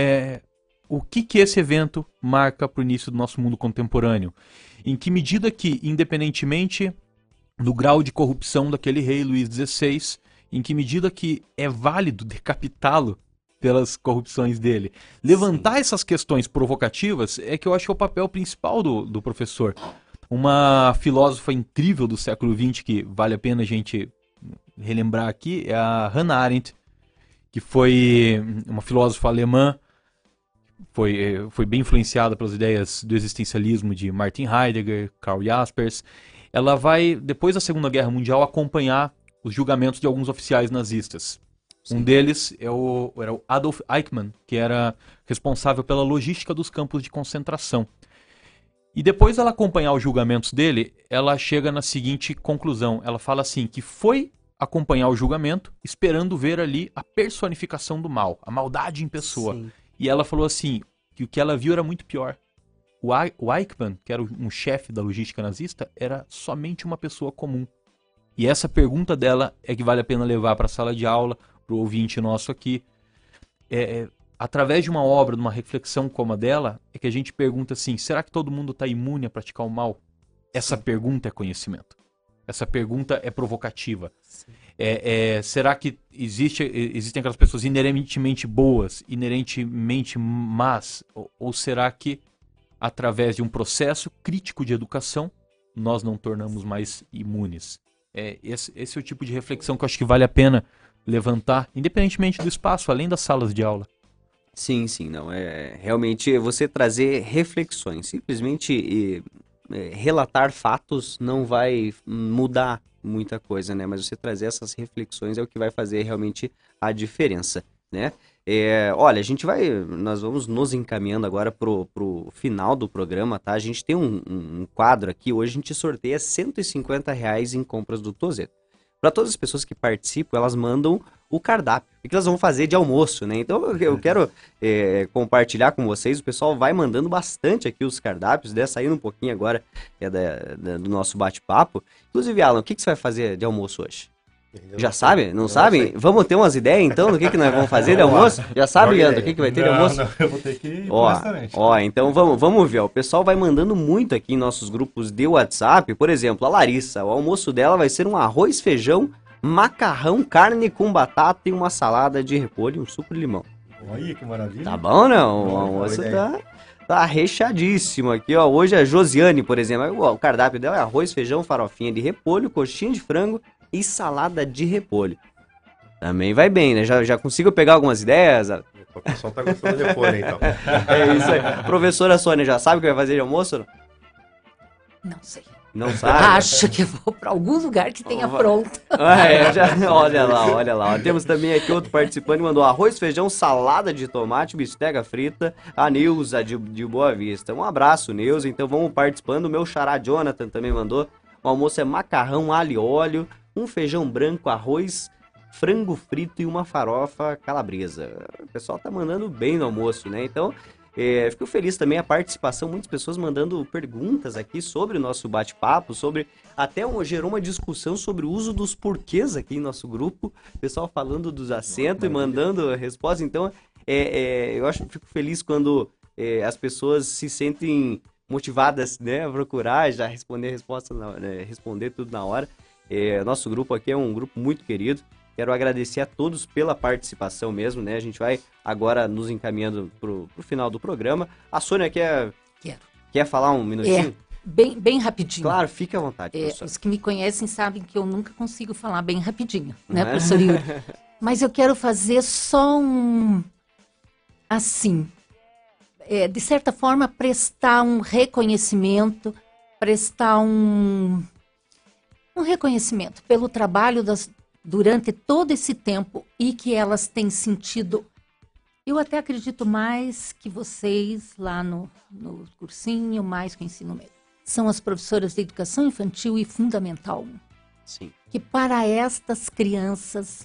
[SPEAKER 6] o que esse evento marca para o início do nosso mundo contemporâneo. Em que medida que, independentemente do grau de corrupção daquele rei Luís XVI, em que medida que é válido decapitá-lo pelas corrupções dele. Levantar essas questões provocativas é que eu acho que é o papel principal do professor. Uma filósofa incrível do século XX, que vale a pena a gente relembrar aqui, é a Hannah Arendt, que foi uma filósofa alemã, foi bem influenciada pelas ideias do existencialismo de Martin Heidegger, Karl Jaspers. Ela vai, depois da Segunda Guerra Mundial, acompanhar os julgamentos de alguns oficiais nazistas. Sim. Um deles era o Adolf Eichmann, que era responsável pela logística dos campos de concentração. E depois dela acompanhar os julgamentos dele, ela chega na seguinte conclusão. Ela fala assim, que foi acompanhar o julgamento, esperando ver ali a personificação do mal, a maldade em pessoa. Sim. E ela falou assim, que o que ela viu era muito pior. O Eichmann, que era um chefe da logística nazista, era somente uma pessoa comum. E essa pergunta dela é que vale a pena levar para a sala de aula, para o ouvinte nosso aqui. Através de uma obra, de uma reflexão como a dela, é que a gente pergunta assim, será que todo mundo está imune a praticar o mal? Essa pergunta é conhecimento. Essa pergunta é provocativa. Será que existem aquelas pessoas inerentemente boas, inerentemente más? Ou será que, através de um processo crítico de educação, nós não tornamos mais imunes? Esse é o tipo de reflexão que eu acho que vale a pena levantar, independentemente do espaço, além das salas de aula.
[SPEAKER 1] Sim, não. Realmente você trazer reflexões. Simplesmente relatar fatos não vai mudar muita coisa, né? Mas você trazer essas reflexões é o que vai fazer realmente a diferença, né? Olha, nós vamos nos encaminhando agora pro final do programa, tá? A gente tem um quadro aqui, hoje a gente sorteia R$150 em compras do Tozeto. Para todas as pessoas que participam, elas mandam o cardápio. O que elas vão fazer de almoço, né? Então eu quero compartilhar com vocês. O pessoal vai mandando bastante aqui os cardápios, saindo um pouquinho agora do nosso bate-papo. Inclusive, Alan, o que você vai fazer de almoço hoje? Já sabe? Não sabe? Vamos ter umas ideias então do que nós vamos fazer de almoço? Já sabe, Leandro, o que vai ter de almoço?
[SPEAKER 7] Não, eu vou ter que ir pro restaurante.
[SPEAKER 1] Então vamos ver. O pessoal vai mandando muito aqui em nossos grupos de WhatsApp. Por exemplo, a Larissa, o almoço dela vai ser um arroz, feijão, macarrão, carne com batata e uma salada de repolho e um suco de limão.
[SPEAKER 7] Olha que maravilha.
[SPEAKER 1] Tá bom, não? O almoço tá recheadíssimo aqui, ó. Hoje a Josiane, por exemplo, o cardápio dela é arroz, feijão, farofinha de repolho, coxinha de frango e salada de repolho. Também vai bem, né? Já consigo pegar algumas ideias?
[SPEAKER 2] O pessoal tá gostando de repolho, então.
[SPEAKER 1] É isso aí. Professora Sônia, já sabe o que vai fazer de almoço?
[SPEAKER 5] Não sei.
[SPEAKER 1] Não sabe?
[SPEAKER 5] Acho que vou para algum lugar que tenha pronto.
[SPEAKER 1] Olha lá. Temos também aqui outro participante que mandou arroz, feijão, salada de tomate, bisteca frita, a Neuza de Boa Vista. Um abraço, Neuza. Então vamos participando. O meu xará Jonathan também mandou. O almoço é macarrão, alho e óleo, um feijão branco, arroz, frango frito e uma farofa calabresa. O pessoal tá mandando bem no almoço, né? Então, fico feliz também a participação, muitas pessoas mandando perguntas aqui sobre o nosso bate-papo, gerou uma discussão sobre o uso dos porquês aqui em nosso grupo, o pessoal falando dos acentos e mandando respostas. Então, fico feliz quando as pessoas se sentem motivadas, né, a procurar, já responder responder tudo na hora. Nosso grupo aqui é um grupo muito querido. Quero agradecer a todos pela participação mesmo, né? A gente vai agora nos encaminhando pro final do programa. A Sônia quer falar um minutinho?
[SPEAKER 5] Bem rapidinho.
[SPEAKER 1] Claro, fique à vontade, professor.
[SPEAKER 5] Os que me conhecem sabem que eu nunca consigo falar bem rapidinho, né, professor Yuri? Mas eu quero fazer só de certa forma, prestar um reconhecimento, um reconhecimento pelo trabalho durante todo esse tempo e que elas têm sentido, eu até acredito mais que vocês lá no cursinho, mais que o ensino médio. São as professoras de educação infantil e fundamental 1.
[SPEAKER 1] Sim.
[SPEAKER 5] Que para estas crianças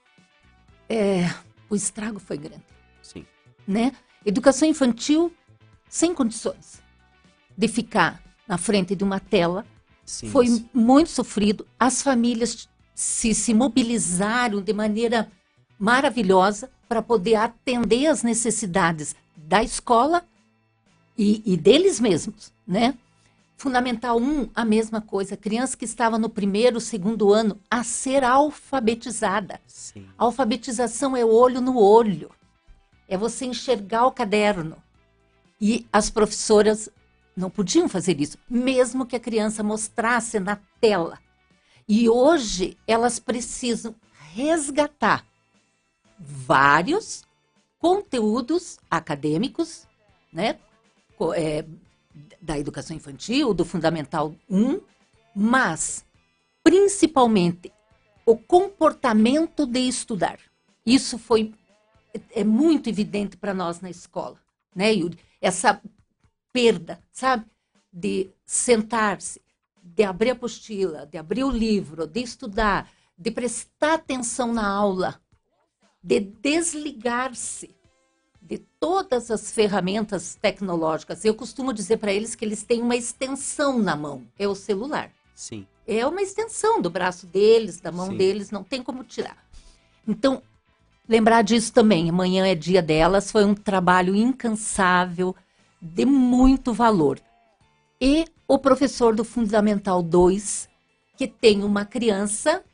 [SPEAKER 5] o estrago foi grande.
[SPEAKER 1] Sim.
[SPEAKER 5] Né? Educação infantil sem condições de ficar na frente de uma tela. Sim, foi muito sofrido. As famílias se mobilizaram de maneira maravilhosa para poder atender as necessidades da escola e deles mesmos, né? Fundamental 1, a mesma coisa. A criança que estava no 1º, 2º ano a ser alfabetizada.
[SPEAKER 1] Sim.
[SPEAKER 5] A alfabetização é olho no olho. É você enxergar o caderno. E as professoras não podiam fazer isso, mesmo que a criança mostrasse na tela. E hoje elas precisam resgatar vários conteúdos acadêmicos, né, da educação infantil, do Fundamental 1, mas principalmente o comportamento de estudar. Isso é muito evidente para nós na escola, né, Yuri? Essa perda, sabe, de sentar-se, de abrir a apostila, de abrir o livro, de estudar, de prestar atenção na aula, de desligar-se de todas as ferramentas tecnológicas. Eu costumo dizer para eles que eles têm uma extensão na mão, é o celular.
[SPEAKER 1] Sim.
[SPEAKER 5] É uma extensão do braço deles, da mão deles, não tem como tirar. Então, lembrar disso também, amanhã é dia delas, foi um trabalho incansável, de muito valor. E o professor do Fundamental 2, que tem uma criança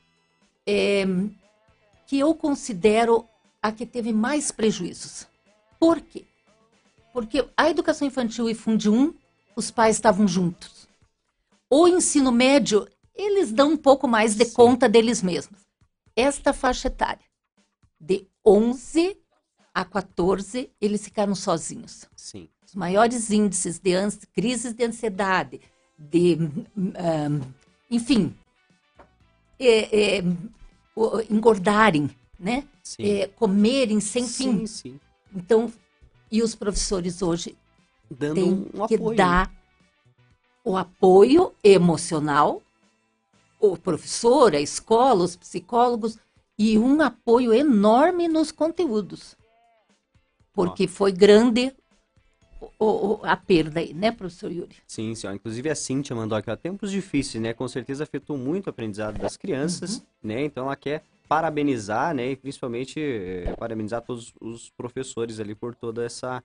[SPEAKER 5] que eu considero a que teve mais prejuízos. Por quê? Porque a educação infantil e Fundi 1, os pais estavam juntos. O ensino médio, eles dão um pouco mais de conta deles mesmos. Esta faixa etária, de 11 a 14, eles ficaram sozinhos.
[SPEAKER 1] Sim.
[SPEAKER 5] Os maiores índices de crises de ansiedade, enfim, engordarem, né? Comerem sem fim.
[SPEAKER 1] Sim.
[SPEAKER 5] Então, e os professores hoje
[SPEAKER 1] Dando
[SPEAKER 5] têm
[SPEAKER 1] um
[SPEAKER 5] que
[SPEAKER 1] apoio.
[SPEAKER 5] dar o apoio emocional, o professor, a escola, os psicólogos, e um apoio enorme nos conteúdos. Porque foi grande a perda aí, né, professor Yuri?
[SPEAKER 1] Sim, senhora. Inclusive a Cíntia mandou aqui, ó, tempos difíceis, né? Com certeza afetou muito o aprendizado das crianças, né? Então ela quer parabenizar, né? E principalmente parabenizar todos os professores ali por toda essa,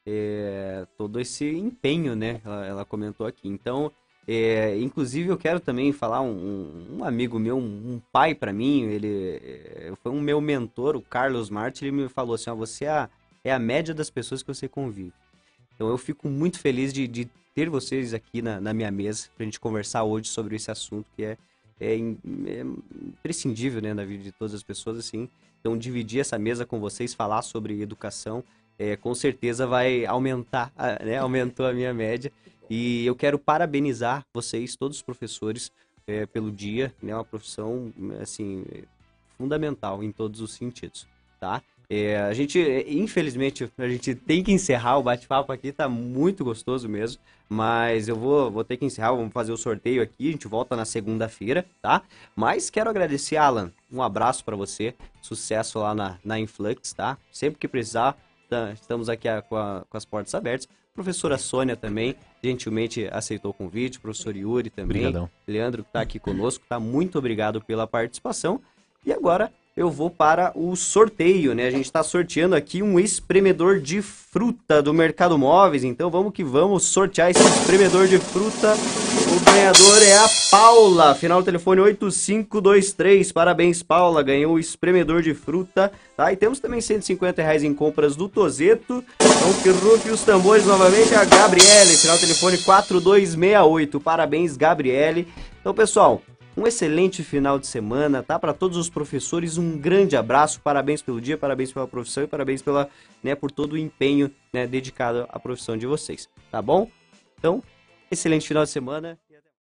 [SPEAKER 1] todo esse empenho, né? Ela comentou aqui. Então, inclusive eu quero também falar um amigo meu, um pai para mim, ele foi um meu mentor, o Carlos Martins, ele me falou assim, ó, você é a média das pessoas que você convive. Então eu fico muito feliz de ter vocês aqui na minha mesa pra gente conversar hoje sobre esse assunto que é imprescindível, né, na vida de todas as pessoas, assim. Então dividir essa mesa com vocês, falar sobre educação, com certeza vai aumentar, né, aumentou a minha média. E eu quero parabenizar vocês, todos os professores, pelo dia, né, uma profissão, assim, fundamental em todos os sentidos, tá? A gente, infelizmente, a gente tem que encerrar o bate-papo aqui, tá muito gostoso mesmo, mas eu vou ter que encerrar, vamos fazer o sorteio aqui, a gente volta na segunda-feira, tá? Mas quero agradecer, Alan, um abraço para você, sucesso lá na Influx, tá? Sempre que precisar, estamos aqui com as portas abertas. Professora Sônia também, gentilmente aceitou o convite, professor Yuri também,
[SPEAKER 6] Obrigadão.
[SPEAKER 1] Leandro que tá aqui conosco, tá? Muito obrigado pela participação. E agora eu vou para o sorteio, né? A gente está sorteando aqui um espremedor de fruta do Mercado Móveis. Então vamos que vamos sortear esse espremedor de fruta. O ganhador é a Paula, final do telefone 8523. Parabéns, Paula, ganhou o espremedor de fruta, tá? E temos também R$150 em compras do Tozeto. Então que rufe os tambores novamente a Gabriele, final do telefone 4268. Parabéns, Gabriele. Então, pessoal, um excelente final de semana, tá? Para todos os professores, um grande abraço, parabéns pelo dia, parabéns pela profissão e parabéns por todo o empenho, né, dedicado à profissão de vocês, tá bom? Então, excelente final de semana.